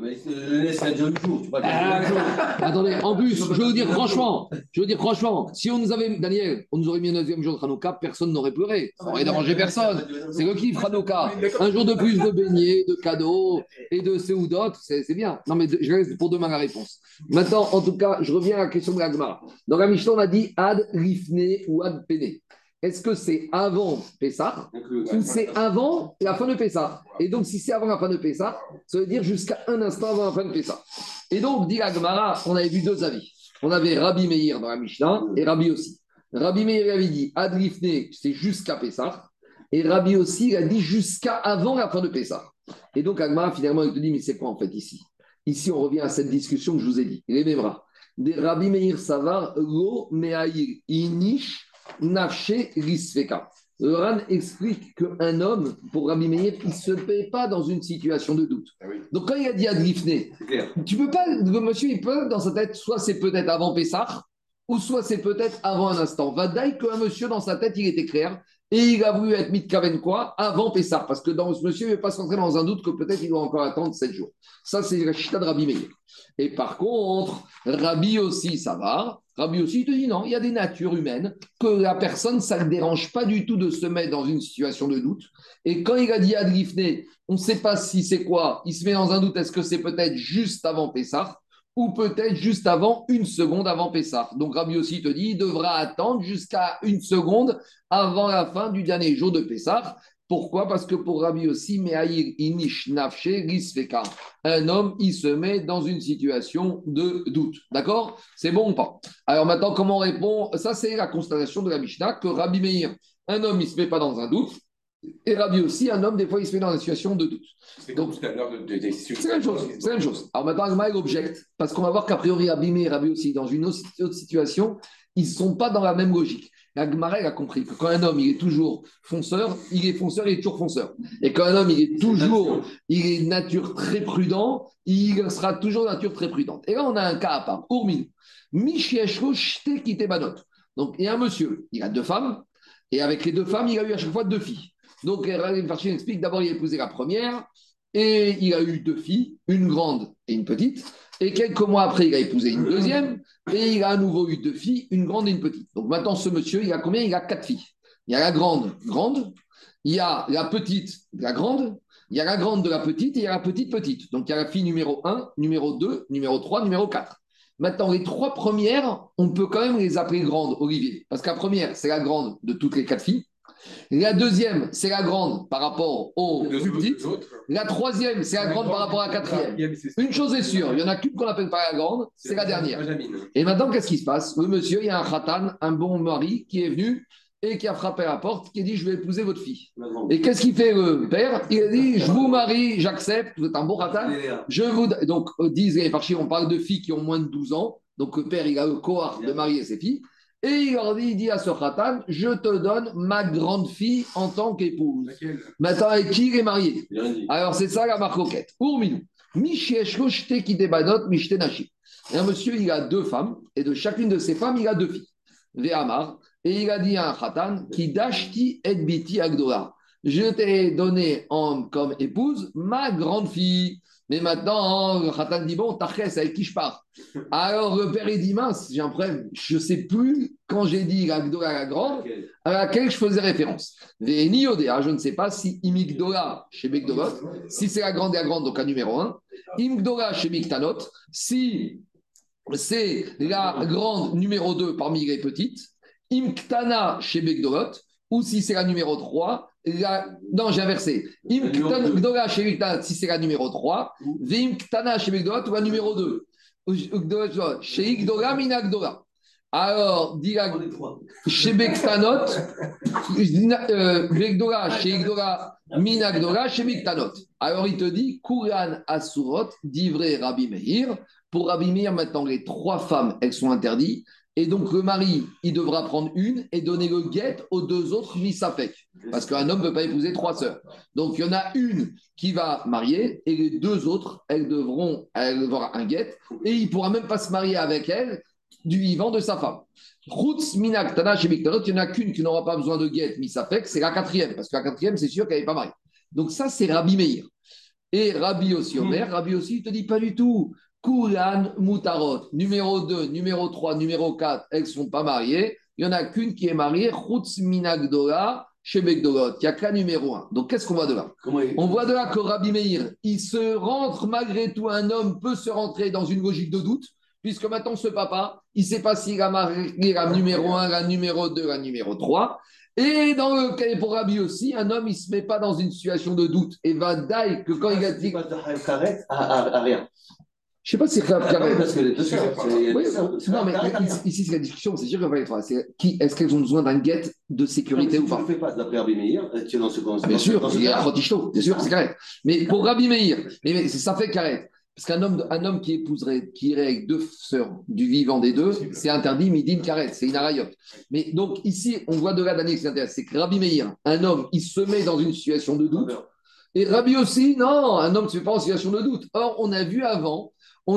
Ça dure le jour. Attendez, en plus, je veux dire franchement, si on nous avait, Daniel, on nous aurait mis un 9e jour de Hanouka, personne n'aurait pleuré. Ça n'aurait dérangé personne. C'est le kiff, Hanouka. Un jour de plus de beignets, de cadeaux et de Seoudot, c'est bien. Non, mais je reste pour demain la réponse. Maintenant, en tout cas, je reviens à la question de la Gemara. Dans la Mishnah, on a dit Ad Rifne ou Ad Pene. Est-ce que c'est avant Pessah ou c'est avant la fin de Pessah? Et donc, si c'est avant la fin de Pessah, ça veut dire jusqu'à un instant avant la fin de Pessah. Et donc, dit la Gemara, on avait vu deux avis. On avait Rabbi Meir dans la Mishnah et Rabbi aussi. Rabbi Meir avait dit Adrifne, c'est jusqu'à Pessah. Et Rabbi aussi, il a dit jusqu'à avant la fin de Pessah. Et donc, la Gemara, finalement, il te dit, mais c'est quoi en fait ici? Ici, on revient à cette discussion que je vous ai dit. Les mêmes des Rabbi Meir Savar, Lo Meaïr, Inish, Nafché Risfeka. Le Ran explique qu'un homme, pour Rabbi Meir, il ne se paie pas dans une situation de doute. Ah oui. Donc quand il a dit Adrifné, tu peux pas, le monsieur, il peut dans sa tête, soit c'est peut-être avant Pessah, ou soit c'est peut-être avant un instant. Vadaï qu'un monsieur, dans sa tête, il était clair, et il a voulu être mitkaven quoi avant Pessah, parce que dans ce monsieur, il ne veut pas s'entrer dans un doute que peut-être il doit encore attendre 7 jours. Ça, c'est la chita de Rabbi Meir. Et par contre, Rabbi aussi, ça va. Rabbi aussi, il te dit non, il y a des natures humaines que la personne, ça ne dérange pas du tout de se mettre dans une situation de doute. Et quand il a dit Adrifné, on ne sait pas si c'est quoi, il se met dans un doute, est-ce que c'est peut-être juste avant Pessah ou peut-être juste avant, une seconde avant Pessah. Donc Rabbi aussi te dit, il devra attendre jusqu'à une seconde avant la fin du dernier jour de Pessah. Pourquoi? Parce que pour Rabbi aussi, Me'aïr inish nafshe risfeka. Un homme, il se met dans une situation de doute. D'accord? C'est bon ou pas? Alors maintenant, comment on répond? Ça, c'est la constatation de la Mishnah que Rabbi Meir, un homme, il ne se met pas dans un doute. Et Rabbi aussi, un homme, des fois, il se met dans une situation de doute. C'est comme tout à l'heure C'est la même chose. C'est la même chose. Alors maintenant, Agma, il objecte, parce qu'on va voir qu'a priori, Rabbi Meir et Rabbi aussi, dans une autre situation, ils ne sont pas dans la même logique. La Gemara, elle a compris que quand un homme il est toujours fonceur, il est toujours fonceur. Et quand un homme il est nature très prudent, il sera toujours nature très prudente. Et là, on a un cas à part. Urmin, Mishieshko Shte Kitebanot. Donc, il y a un monsieur, il a 2 femmes, et avec les 2 femmes, il a eu à chaque fois 2 filles. Donc, Rav Farshim explique d'abord, il a épousé la première, et il a eu 2 filles, une grande et une petite. Et quelques mois après, il a épousé une deuxième, et il a à nouveau eu 2 filles, une grande et une petite. Donc maintenant, ce monsieur, il a combien? Il a 4 filles. Il y a la grande, grande, il y a la petite, la grande, il y a la grande de la petite, et il y a la petite, petite. Donc il y a la fille numéro 1, numéro 2, numéro 3, numéro 4. Maintenant, les 3 premières, on peut quand même les appeler grandes, Olivier. Parce que la première, c'est la grande de toutes les 4 filles. La deuxième, c'est la grande par rapport aux plus petites. La troisième, c'est la grande par rapport à la quatrième. Une chose est sûre, il y en a qu'une qu'on appelle pas la grande, c'est la dernière. Et maintenant, qu'est-ce qui se passe? Le monsieur, il y a un khatan, un bon mari, qui est venu et qui a frappé à la porte, qui a dit: je vais épouser votre fille. Et qu'est-ce qu'il fait le père? Il a dit: je vous marie, j'accepte, vous êtes un bon khatan. Donc, disent les farchis, on parle de filles qui ont moins de 12 ans. Donc, le père, il a le cohort de marier ses filles. Et il dit à ce khatan: je te donne ma grande fille en tant qu'épouse. Maintenant, avec qui il est marié? Alors, c'est ça la marcoquette. Urminou. Et un monsieur, il a 2 femmes, et de chacune de ces femmes, il a 2 filles. Ve'amar. Et il a dit à un khatan: qui dashti et biti agdora. Je t'ai donné comme épouse ma grande fille. Mais maintenant, le khatan dit: bon, t'achès, avec qui je pars? Alors le père, il dit: mince, j'ai un problème. Je ne sais plus quand j'ai dit l'agdora, la grande, à laquelle je faisais référence. Ve'eni yodea, je ne sais pas si imigdora chez Begdorot, si c'est la grande et la grande, donc la numéro 1. Imgdora chez Miktanot, si c'est la grande numéro 2 parmi les petites. Imktana chez Begdorot, ou si c'est la numéro 3. Non, j'ai inversé. Imktana chez Miktanot, si c'est la numéro 3. Vimktana chez Begdorot, ou la numéro 2. Chez Igdora, Minagdora. Alors, chez Bektanot, Begdora, chez Igdora, Minagdora, chez Miktanot. Alors, il te dit: Kuran Asurot, d'Ivré Rabbi Meir. Pour Rabbi Meir, maintenant, les 3 femmes, elles sont interdites. Et donc, le mari, il devra prendre une et donner le guet aux 2 autres misafek. Parce qu'un homme ne peut pas épouser 3 sœurs. Donc, il y en a une qui va marier et les 2 autres, elles avoir un guet. Et il ne pourra même pas se marier avec elle du vivant de sa femme. Routz Minak Tana chez Miktarot, il n'y en a qu'une qui n'aura pas besoin de guet misafek, c'est la 4e. Parce que la 4e, c'est sûr qu'elle n'est pas mariée. Donc, ça, c'est Rabbi Meir. Et Rabbi aussi, Omer, Rabbi aussi, il ne te dit pas du tout. Kulan Mutarot, numéro 2, numéro 3, numéro 4, elles ne sont pas mariées. Il n'y en a qu'une qui est mariée, Chutz Minagdora, chez Begdorot. Il n'y a qu'un numéro 1. Donc, qu'est-ce qu'on voit de là? On voit de là que Rabbi Meir, il se rentre malgré tout, un homme peut se rentrer dans une logique de doute, puisque maintenant, ce papa, il ne sait pas s'il a marié la numéro 1, la numéro 2, la numéro 3. Et dans le cas pour Rabbi aussi, un homme, il ne se met pas dans une situation de doute. Et va d'ailleurs que quand il a dit. Rien. Je ne sais pas si c'est grave carré. Parce que les 2 oui, non, mais ici, c'est la discussion. C'est sûr qu'il va y avoir. Est-ce qu'elles ont besoin d'un guet de sécurité ou pas? Tu ne fais pas d'après Rabbi Meir, tu es dans ce cas. Bien sûr, il y a Rotishto, bien sûr, c'est carré. Mais pour Rabbi Meir, mais ça fait carré. Parce qu'un homme qui épouserait, qui irait avec 2 sœurs du vivant des 2, c'est interdit, midin karet, c'est une arayot. Mais donc ici, on voit de là d'année qui s'intéresse, c'est que Rabbi Meir, un homme, il se met dans une situation de doute. Et Rabbi aussi, non, un homme ne se met pas en situation de doute. Or, on a vu avant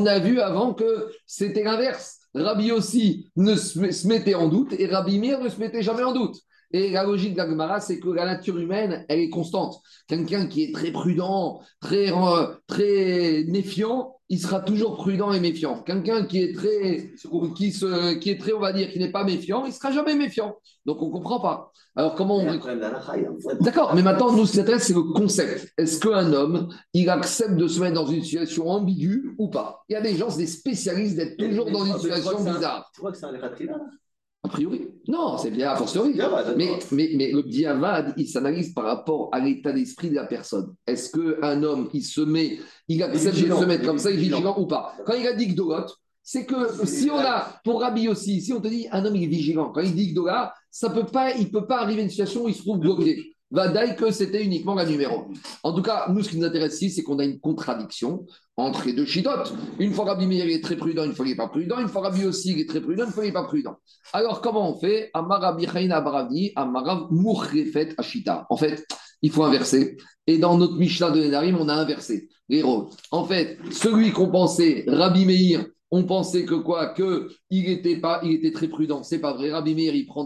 que c'était l'inverse. Rabbi aussi se mettait en doute et Rabbi Meir ne se mettait jamais en doute. Et la logique de la Gemara, c'est que la nature humaine, elle est constante. Quelqu'un qui est très prudent, très méfiant, il sera toujours prudent et méfiant. Quelqu'un qui est très, on va dire, qui n'est pas méfiant, il ne sera jamais méfiant. Donc, on ne comprend pas. Alors, comment on... D'accord, mais maintenant, nous, ce qui intéresse, c'est le concept. Est-ce qu'un homme, il accepte de se mettre dans une situation ambiguë ou pas? Il y a des gens, c'est des spécialistes d'être toujours dans une situation bizarre. Tu crois que c'est un Lechatchila? A priori. Non, c'est bien a fortiori. Bien, bah, d'accord. Mais le diavad, il s'analyse par rapport à l'état d'esprit de la personne. Est-ce qu'un homme, il accepte de se mettre comme ça, il est vigilant ou pas? Quand il a dit Gdolot, c'est que si on a, pour Rabbi aussi, si on te dit un homme il est vigilant, quand il dit Gdola, il ne peut pas arriver à une situation où il se trouve bloqué. Vadaï que c'était uniquement la numéro. En tout cas, nous, ce qui nous intéresse ici, c'est qu'on a une contradiction entre les deux chitotes. Une fois Rabbi Meir est très prudent, une fois il n'est pas prudent. Une fois Rabbi aussi il est très prudent, une fois il n'est pas prudent. Alors, comment on fait Amarabi Chaina Baravi, Amarav Mourrefet Ashita. En fait, il faut inverser. Et dans notre Mishnah de Nedarim, on a inversé les rôles. En fait, celui qu'on pensait, Rabbi Meir, on pensait que quoi il était très prudent. C'est pas vrai. Rabbi Meir, il prend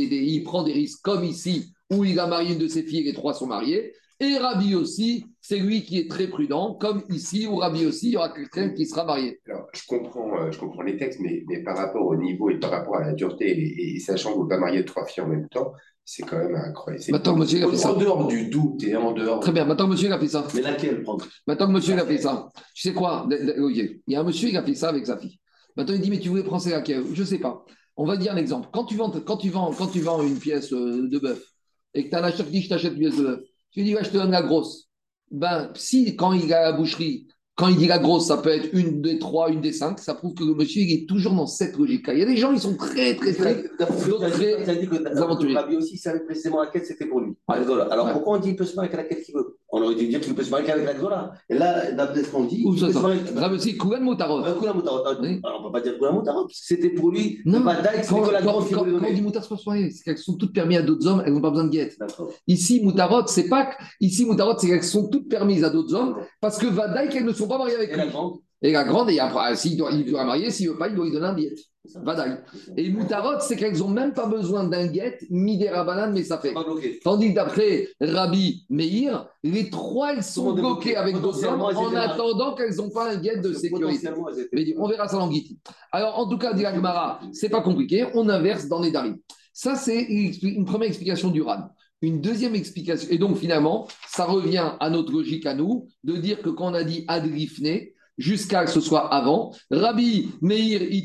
des risques comme ici, où il a marié une de ses filles et les trois sont mariés. Et Rabbi aussi, c'est lui qui est très prudent, comme ici, où Rabbi aussi, il y aura quelqu'un qui sera marié. Alors, je comprends les textes, mais par rapport au niveau et par rapport à la dureté, et sachant qu'on ne peut pas marier trois filles en même temps, c'est quand même incroyable. Maintenant que monsieur a fait ça. En dehors du doute et en dehors. Très bien, maintenant que monsieur a fait ça. Mais laquelle prendre? Maintenant que monsieur a fait ça, tu sais quoi, Olivier, il y a un monsieur qui a fait ça avec sa fille. Maintenant, il dit, mais tu voulais prendre laquelle? Je ne sais pas. On va dire un exemple. Quand tu vends une pièce de bœuf et que tu as un acheteur qui dit, je t'achète une pièce de bœuf, tu dis, ouais, je te donne la grosse. Ben, si, quand il est à la boucherie, quand il dit la grosse, ça peut être une des trois, une des cinq, ça prouve que le monsieur, il est toujours dans cette logique-là. Il y a des gens, ils sont très, très, très, d'autres très Tu as dit que aventuriers. Rabbi aussi savait précisément laquelle c'était pour lui. Ouais. Alors Ouais. pourquoi on dit qu'il peut se marier avec laquelle il veut? On aurait dû dire qu'il peut se marier qu'avec la Gdola. Et là, d'après ce qu'on dit, Où il ça peut se sort marier avec Grave aussi, Kougan Motarot. Koula Moutarot. Oui. Alors on ne peut pas dire Koula Moutarot, parce que c'était pour lui. Non, Badaï, c'était que la grande qui voulait quand on donner. dit Moutarot, c'est pas soirée, c'est qu'elles sont toutes permises à d'autres hommes, elles n'ont pas besoin de guette. D'accord. Ici, Moutarot, c'est pas ici, Moutarot, c'est qu'elles sont toutes permises à d'autres hommes parce que Vadaï, qu'elles ne sont pas mariées avec Et lui. la grande? Et la grande, et après, s'il doit la marier, s'il ne veut pas, il doit lui donner un diète. Vadaï. Et Moutarot, c'est qu'elles n'ont même pas besoin d'un guette, midera banane, mais ça fait. Pas bloqué. Tandis que d'après Rabbi Meir, les trois, elles sont bloquées avec d'autres hommes en attendant qu'elles n'ont pas un guette de sécurité. Mais on verra ça dans Guiti. Alors, en tout cas, dit la Gemara, c'est pas compliqué, on inverse dans les Darim. Ça, c'est une première explication du Ran. Une deuxième explication, et donc finalement, ça revient à notre logique à nous, de dire que quand on a dit Adrifne, jusqu'à ce que ce soit avant, Rabbi Meir, il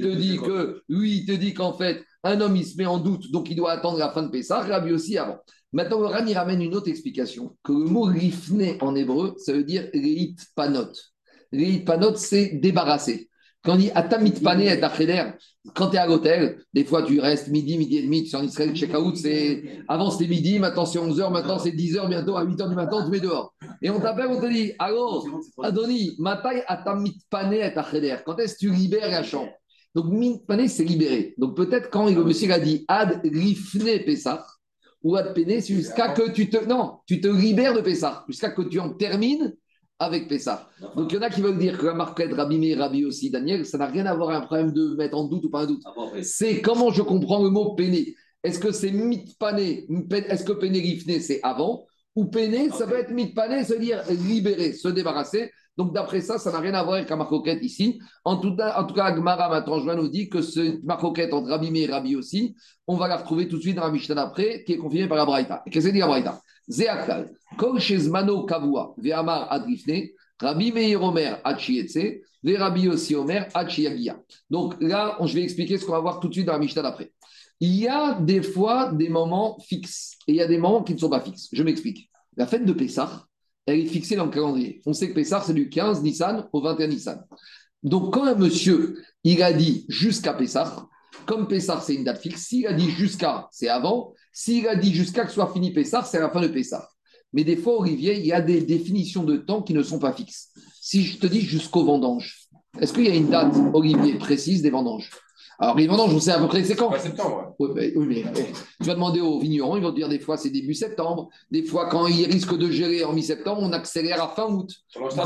te dit qu'en fait, un homme, il se met en doute, donc il doit attendre la fin de Pessah, Rabbi aussi avant. Maintenant, le Ran, il ramène une autre explication, que le mot rifne en hébreu, ça veut dire reit panot. Reit panot, c'est débarrasser. Quand on dit atamit pané et acheder, quand tu es à l'hôtel, des fois tu restes midi, midi et demi, tu es en Israël, check-out, avant c'était midi, maintenant c'est 11h, maintenant c'est 10h, bientôt à 8h du matin, on te met dehors. Et on t'appelle, on te dit, alors, Adoni, matai atamit pané et acheder, quand est-ce que tu libères la chambre? Donc, mit pané, c'est libéré. Donc, peut-être quand le monsieur a dit ad rifne Pessah, ou ad péné, c'est jusqu'à que tu te libères de Pessah, jusqu'à que tu en termines avec Pessah. Donc, il y en a qui veulent dire que la marquette Rabbi Meir, Rabbi aussi, Daniel, ça n'a rien à voir avec un problème de mettre en doute ou pas un doute. C'est comment je comprends le mot péné. Est-ce que c'est mitpané? Est-ce que péné rifné, c'est avant? Ou péné, ça peut être mitpané, c'est-à-dire libérer, se débarrasser. Donc, d'après ça, ça n'a rien à voir avec la marcoquette ici. En tout cas, Gmara, maintenant, je nous dit que ce marcoquette entre Rabbi Meir et Rabbi aussi, on va la retrouver tout de suite dans la Mishnah d'après, qui est confirmée par la Braïta. Qu'est-ce que dit la Braïta? Zéakal, Kol Shezmano Kavua, Ve'amar Adrifne, Rabbi Meir Omer Hachietse, Ve Rabbi aussi Omer Hachiagia. Donc là, je vais expliquer ce qu'on va voir tout de suite dans la Mishnah d'après. Il y a des fois des moments fixes et il y a des moments qui ne sont pas fixes. Je m'explique. La fête de Pessah, elle est fixée dans le calendrier. On sait que Pessah, c'est du 15 Nissan au 21 Nissan. Donc quand un monsieur, il a dit jusqu'à Pessah, comme Pessah, c'est une date fixe, s'il a dit jusqu'à, c'est avant. S'il a dit jusqu'à que soit fini Pessah, c'est la fin de Pessah. Mais des fois, Olivier, il y a des définitions de temps qui ne sont pas fixes. Si je te dis jusqu'au vendange, est-ce qu'il y a une date, Olivier, précise des vendanges? Alors, les vendanges, on sait à peu près c'est quand? En septembre. Oui, mais tu vas demander aux vignerons, ils vont te dire des fois c'est début septembre, des fois quand ils risquent de gérer en mi-septembre, on accélère à fin août.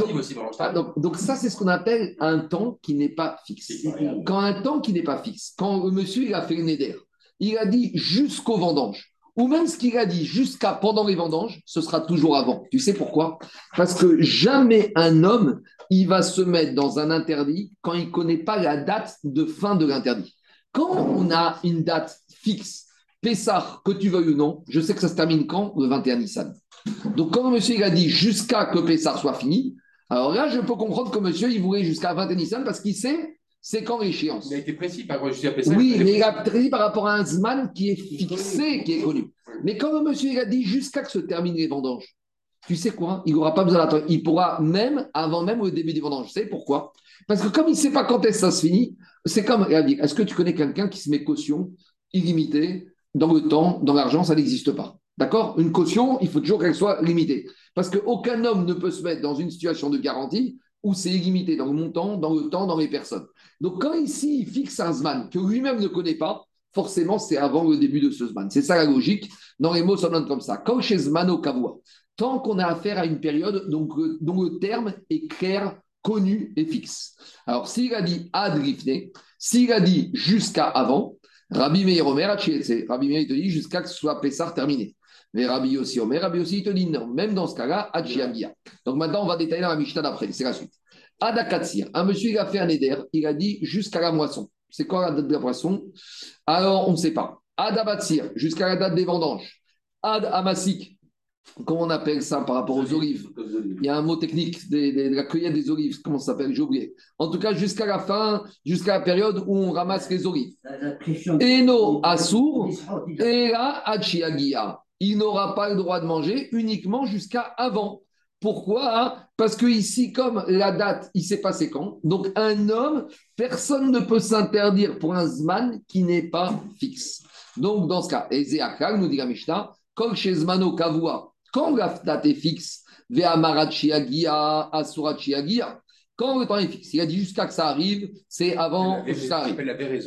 Donc ça, c'est ce qu'on appelle un temps qui n'est pas fixe. Quand un temps qui n'est pas fixe, quand le monsieur il a fait le néder, il a dit jusqu'au vendange, ou même ce qu'il a dit jusqu'à pendant les vendanges, ce sera toujours avant. Tu sais pourquoi? Parce que jamais un homme, il va se mettre dans un interdit quand il ne connaît pas la date de fin de l'interdit. Quand on a une date fixe, Pessah, que tu veuilles ou non, je sais que ça se termine quand? Le 21 Nissan. Donc quand monsieur il a dit jusqu'à que Pessah soit fini, alors là, je peux comprendre que monsieur, il voulait jusqu'à 21 Nissan parce qu'il sait c'est quand l'échéance. Il a été précis par rapport à ça. Oui, mais il a précis par rapport à un Zman qui est fixé, qui est connu. Mais comme le monsieur il a dit jusqu'à que se terminent les vendanges, tu sais quoi? Il n'aura pas besoin d'attendre. Il pourra même, avant même le début des vendanges. Tu sais pourquoi? Parce que comme il ne sait pas quand est-ce que ça se finit, c'est comme, est-ce que tu connais quelqu'un qui se met caution illimitée dans le temps, dans l'argent, ça n'existe pas. D'accord? Une caution, il faut toujours qu'elle soit limitée. Parce qu'aucun homme ne peut se mettre dans une situation de garantie où c'est illimité dans le montant, dans le temps, dans les personnes. Donc quand ici, il fixe un Zman que lui-même ne connaît pas, forcément, c'est avant le début de ce Zman. C'est ça la logique. Dans les mots, ça donne comme ça. Quand chez Zmano Kavua, tant qu'on a affaire à une période dont le terme est clair, connu et fixe. Alors, s'il a dit ad rifne, s'il a dit jusqu'à avant, Rabbi Meir Omer, Rabbi Meir te dit jusqu'à que ce soit Pessar terminé. Mais Rabbi Yossi Omer, Rabbi Yossi te dit non, même dans ce cas-là, Hachiagia. Donc maintenant, on va détailler dans la Mishnah d'après, c'est la suite. Adakatsir, un monsieur, il a fait un éder, il a dit jusqu'à la moisson. C'est quoi la date de la moisson? Alors, on ne sait pas. Adabatsir, jusqu'à la date des vendanges. Ad Amasik, comment on appelle ça par rapport aux olives? Il y a un mot technique de la cueillette des olives. Comment ça s'appelle? J'ai oublié. En tout cas, jusqu'à la fin, jusqu'à la période où on ramasse les olives. Eno Assour et la Hachiagia. Il n'aura pas le droit de manger uniquement jusqu'à avant. Pourquoi? Parce que ici, comme la date, il s'est passé quand? Donc, un homme, personne ne peut s'interdire pour un Zman qui n'est pas fixe. Donc, dans ce cas, Ezeakal, nous dit la Mishnah, Kol Shezmano Kavua, quand la date est fixe, Ve'amarachiagia, Asurachiagia, quand le temps est fixe, il a dit jusqu'à que ça arrive, c'est avant que ça arrive.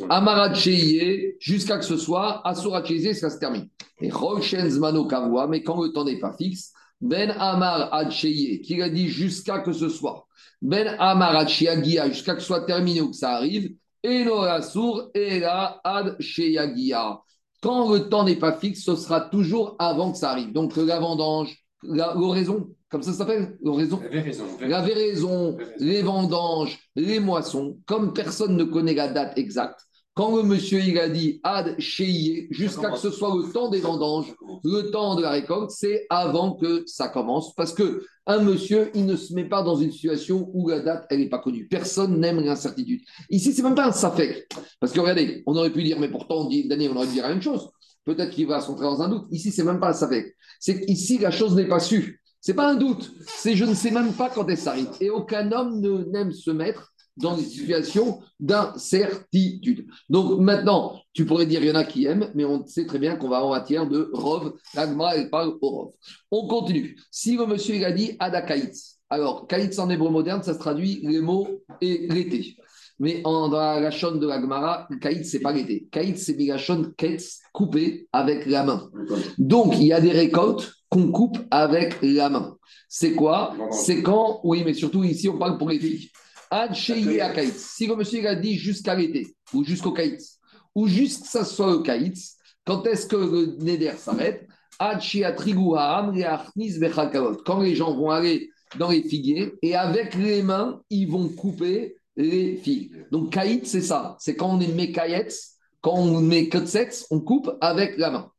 Amarachiye, jusqu'à que ce soit, Asurachiye, ça se termine. Et Roshenzmano Kavua, mais quand le temps n'est pas fixe, Ben Amar Adcheye, qui a dit jusqu'à que ce soit, Ben Amar Adcheyagia, jusqu'à que ce soit terminé ou que ça arrive, et Norasur, et la Adcheyagia. Quand le temps n'est pas fixe, ce sera toujours avant que ça arrive. Donc la vendange, l'oraison, comme ça s'appelle, l'oraison. La véraison, les vendanges, les moissons, comme personne ne connaît la date exacte. Quand le monsieur il a dit ad sheyé, jusqu'à que ce soit le temps des vendanges, le temps de la récolte, c'est avant que ça commence. Parce que un monsieur, il ne se met pas dans une situation où la date, elle n'est pas connue. Personne n'aime l'incertitude. Ici, c'est même pas un safek. Parce que regardez, on aurait pu dire, mais pourtant, d'année, on aurait pu dire la même chose. Peut-être qu'il va s'entrer dans un doute. Ici, c'est même pas un safek. C'est qu'ici, la chose n'est pas sûre. C'est pas un doute. C'est je ne sais même pas quand elle s'arrive. Et aucun homme n'aime se mettre dans des situations d'incertitude. Donc maintenant, tu pourrais dire, il y en a qui aiment, mais on sait très bien qu'on va en matière de Rov. L'Agma, elle parle au Rov. On continue. Si le monsieur, il a dit Adakaïtz, alors, Kaïtz en hébreu moderne, ça se traduit les mots et l'été. Mais dans la Shon de la Gemara, Kaïtz, c'est pas l'été. Kaïtz, c'est la Shon Ketz, coupé avec la main. Donc, il y a des récoltes qu'on coupe avec la main. C'est quoi? C'est quand, oui, mais surtout ici, on parle pour les filles. Ad Sheyé à Kaïtz. Si le monsieur il a dit jusqu'à l'été, ou jusqu'au Kaïtz, ou juste que ça soit le Kaïtz, quand est-ce que le Neder s'arrête? Ad Sheyatrigu Ha'am Le'achnis Bechakavot. Quand les gens vont aller dans les figuiers, et avec les mains, ils vont couper les figues. Donc Kaïtz, c'est ça. C'est quand on met Kaïtz, quand on met Ketsetz, on coupe avec la main.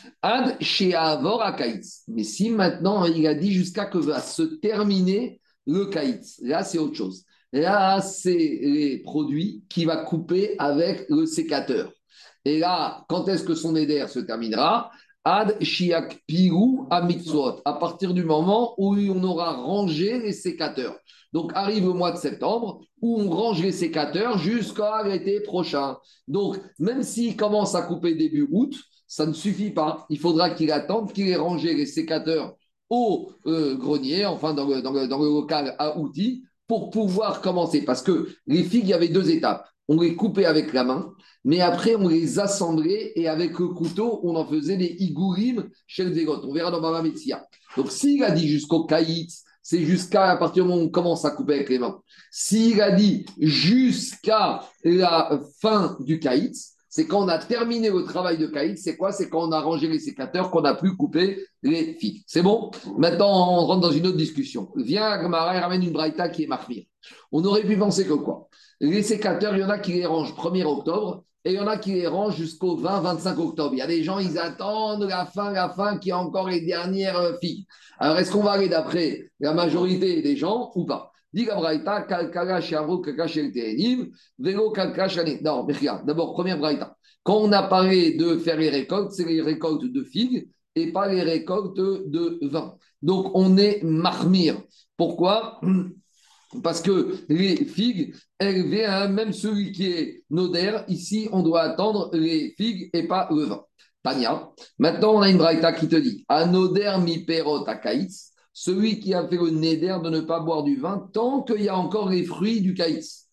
Ad She'avor à Kaïtz. Mais si maintenant, il a dit jusqu'à que va se terminer le Kaïtz, là, c'est autre chose. Là, c'est les produits qu'il va couper avec le sécateur. Et là, quand est-ce que son éder se terminera? Ad shiak piru à mitzvot, à partir du moment où on aura rangé les sécateurs. Donc, arrive le mois de septembre, où on range les sécateurs jusqu'à l'été prochain. Donc, même s'il commence à couper début août, ça ne suffit pas. Il faudra qu'il attende qu'il ait rangé les sécateurs au grenier, enfin dans le local à outils, pour pouvoir commencer. Parce que les figues, il y avait deux étapes. On les coupait avec la main, mais après, on les assemblait et avec le couteau, on en faisait des igourim chez le zégote. On verra dans Baba Metsia. Donc, s'il a dit jusqu'au kaïtz, c'est jusqu'à partir du moment où on commence à couper avec les mains. S'il a dit jusqu'à la fin du kaïtz, c'est quand on a terminé le travail de kaïtz. C'est quoi? C'est quand on a rangé les sécateurs, qu'on n'a plus coupé les figues. C'est bon? Maintenant, on rentre dans une autre discussion. Viens, Agmara, et ramène une braïta qui est marmire. On aurait pu penser que quoi? Les sécateurs, il y en a qui les rangent 1er octobre et il y en a qui les rangent jusqu'au 20-25 octobre. Il y a des gens, ils attendent la fin, qui a encore les dernières figues. Alors, est-ce qu'on va aller d'après la majorité des gens ou pas? Dit la Braïta, Kalkala Shavro, Kalkala Shel Tehenim, Velo Kalkala Shani. Non, mais regarde, d'abord, première Braïta. Quand on a parlé de faire les récoltes, c'est les récoltes de figues et pas les récoltes de vin. Donc, on est marmire. Pourquoi? Parce que les figues, elles viennent, même celui qui est nodaire, ici, on doit attendre les figues et pas le vin. Tania. Maintenant, on a une braïta qui te dit Anoder mi perot akaïs, celui qui a fait le néder de ne pas boire du vin tant qu'il y a encore les fruits du caïs.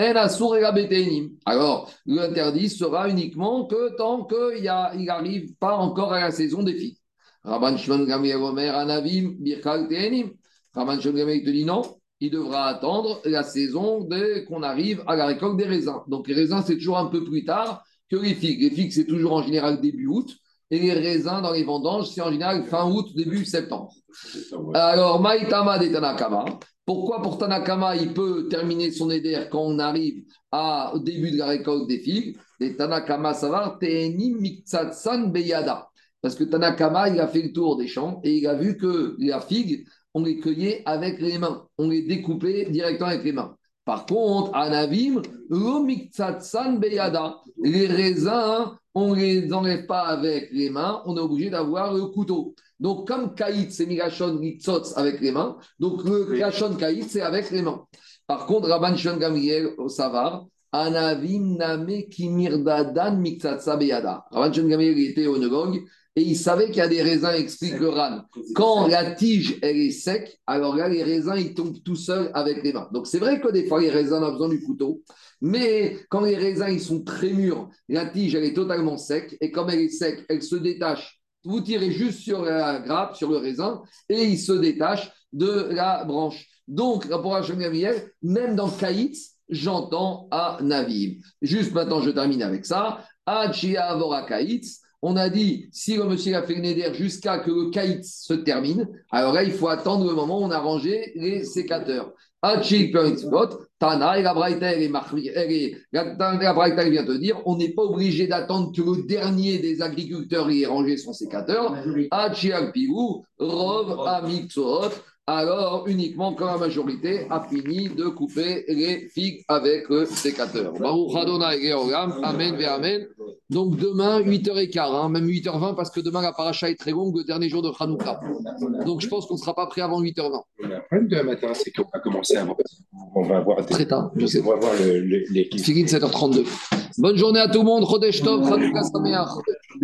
Alors, l'interdit sera uniquement que tant qu'il n'arrive pas encore à la saison des figues. Rabban Shimon Gamliel Omer Anavim Birkal Tehenim. Rabban Shimon Gamliel te dit non, il devra attendre la saison dès qu'on arrive à la récolte des raisins. Donc, les raisins, c'est toujours un peu plus tard que les figues. Les figues, c'est toujours en général début août. Et les raisins dans les vendanges, c'est en général fin août, début septembre. Alors, Maïtama de Tanakama. Pourquoi pour Tanakama, il peut terminer son éder quand on arrive au début de la récolte des figues? Les Tanakama Savar, Tehenim Miktsatsan Beyada. Parce que Tanakama, il a fait le tour des champs et il a vu que la figue, on les cueillait avec les mains. On les découpait directement avec les mains. Par contre, Anavim, Lomiktsatsan Beyada. Les raisins, on ne les enlève pas avec les mains, on est obligé d'avoir le couteau. Donc, comme Kaït, c'est Migashon Ritzotz avec les mains, donc le Kashon Kaït, c'est avec les mains. Par contre, Rabban Shimon Gamliel au Savar, Anavim Name Kimirdadan Miktsatsa Beyada. Rabban Shimon Gamliel était onologue et il savait qu'il y a des raisins, explique le Ran. Quand la tige, elle est sec, alors là, les raisins, ils tombent tout seuls avec les mains. Donc, c'est vrai que des fois, les raisins, on a besoin du couteau. Mais quand les raisins, ils sont très mûrs, la tige, elle est totalement sec. Et comme elle est sec, elle se détache. Vous tirez juste sur la grappe, sur le raisin, et il se détache de la branche. Donc, pour Hachem Gamliel, même dans Kaïtz, j'entends à Navim. Juste maintenant, je termine avec ça. Achia Avora Kaïtz. On a dit, si le monsieur a fait le neder jusqu'à que le kaïtz se termine, alors là, il faut attendre le moment où on a rangé les sécateurs. Tana et la Braïta, la Braïta vient te dire, on n'est pas obligé d'attendre que le dernier des agriculteurs ait rangé son sécateur. Rov Amiktsot. Alors, uniquement quand la majorité a fini de couper les figues avec le sécateur. Baruch Adonai Georgam, Amen ve Amen. Donc demain, 8h15, même 8h20, parce que demain la paracha est très longue, le dernier jour de Hanouka. Donc je pense qu'on ne sera pas prêt avant 8h20. Le problème demain matin, c'est qu'on va commencer avant. On va avoir très tard, je sais. On va voir l'équipe. Figin 7h32. Bonne journée à tout le monde. Chodesh Tov, Hanouka Sameach.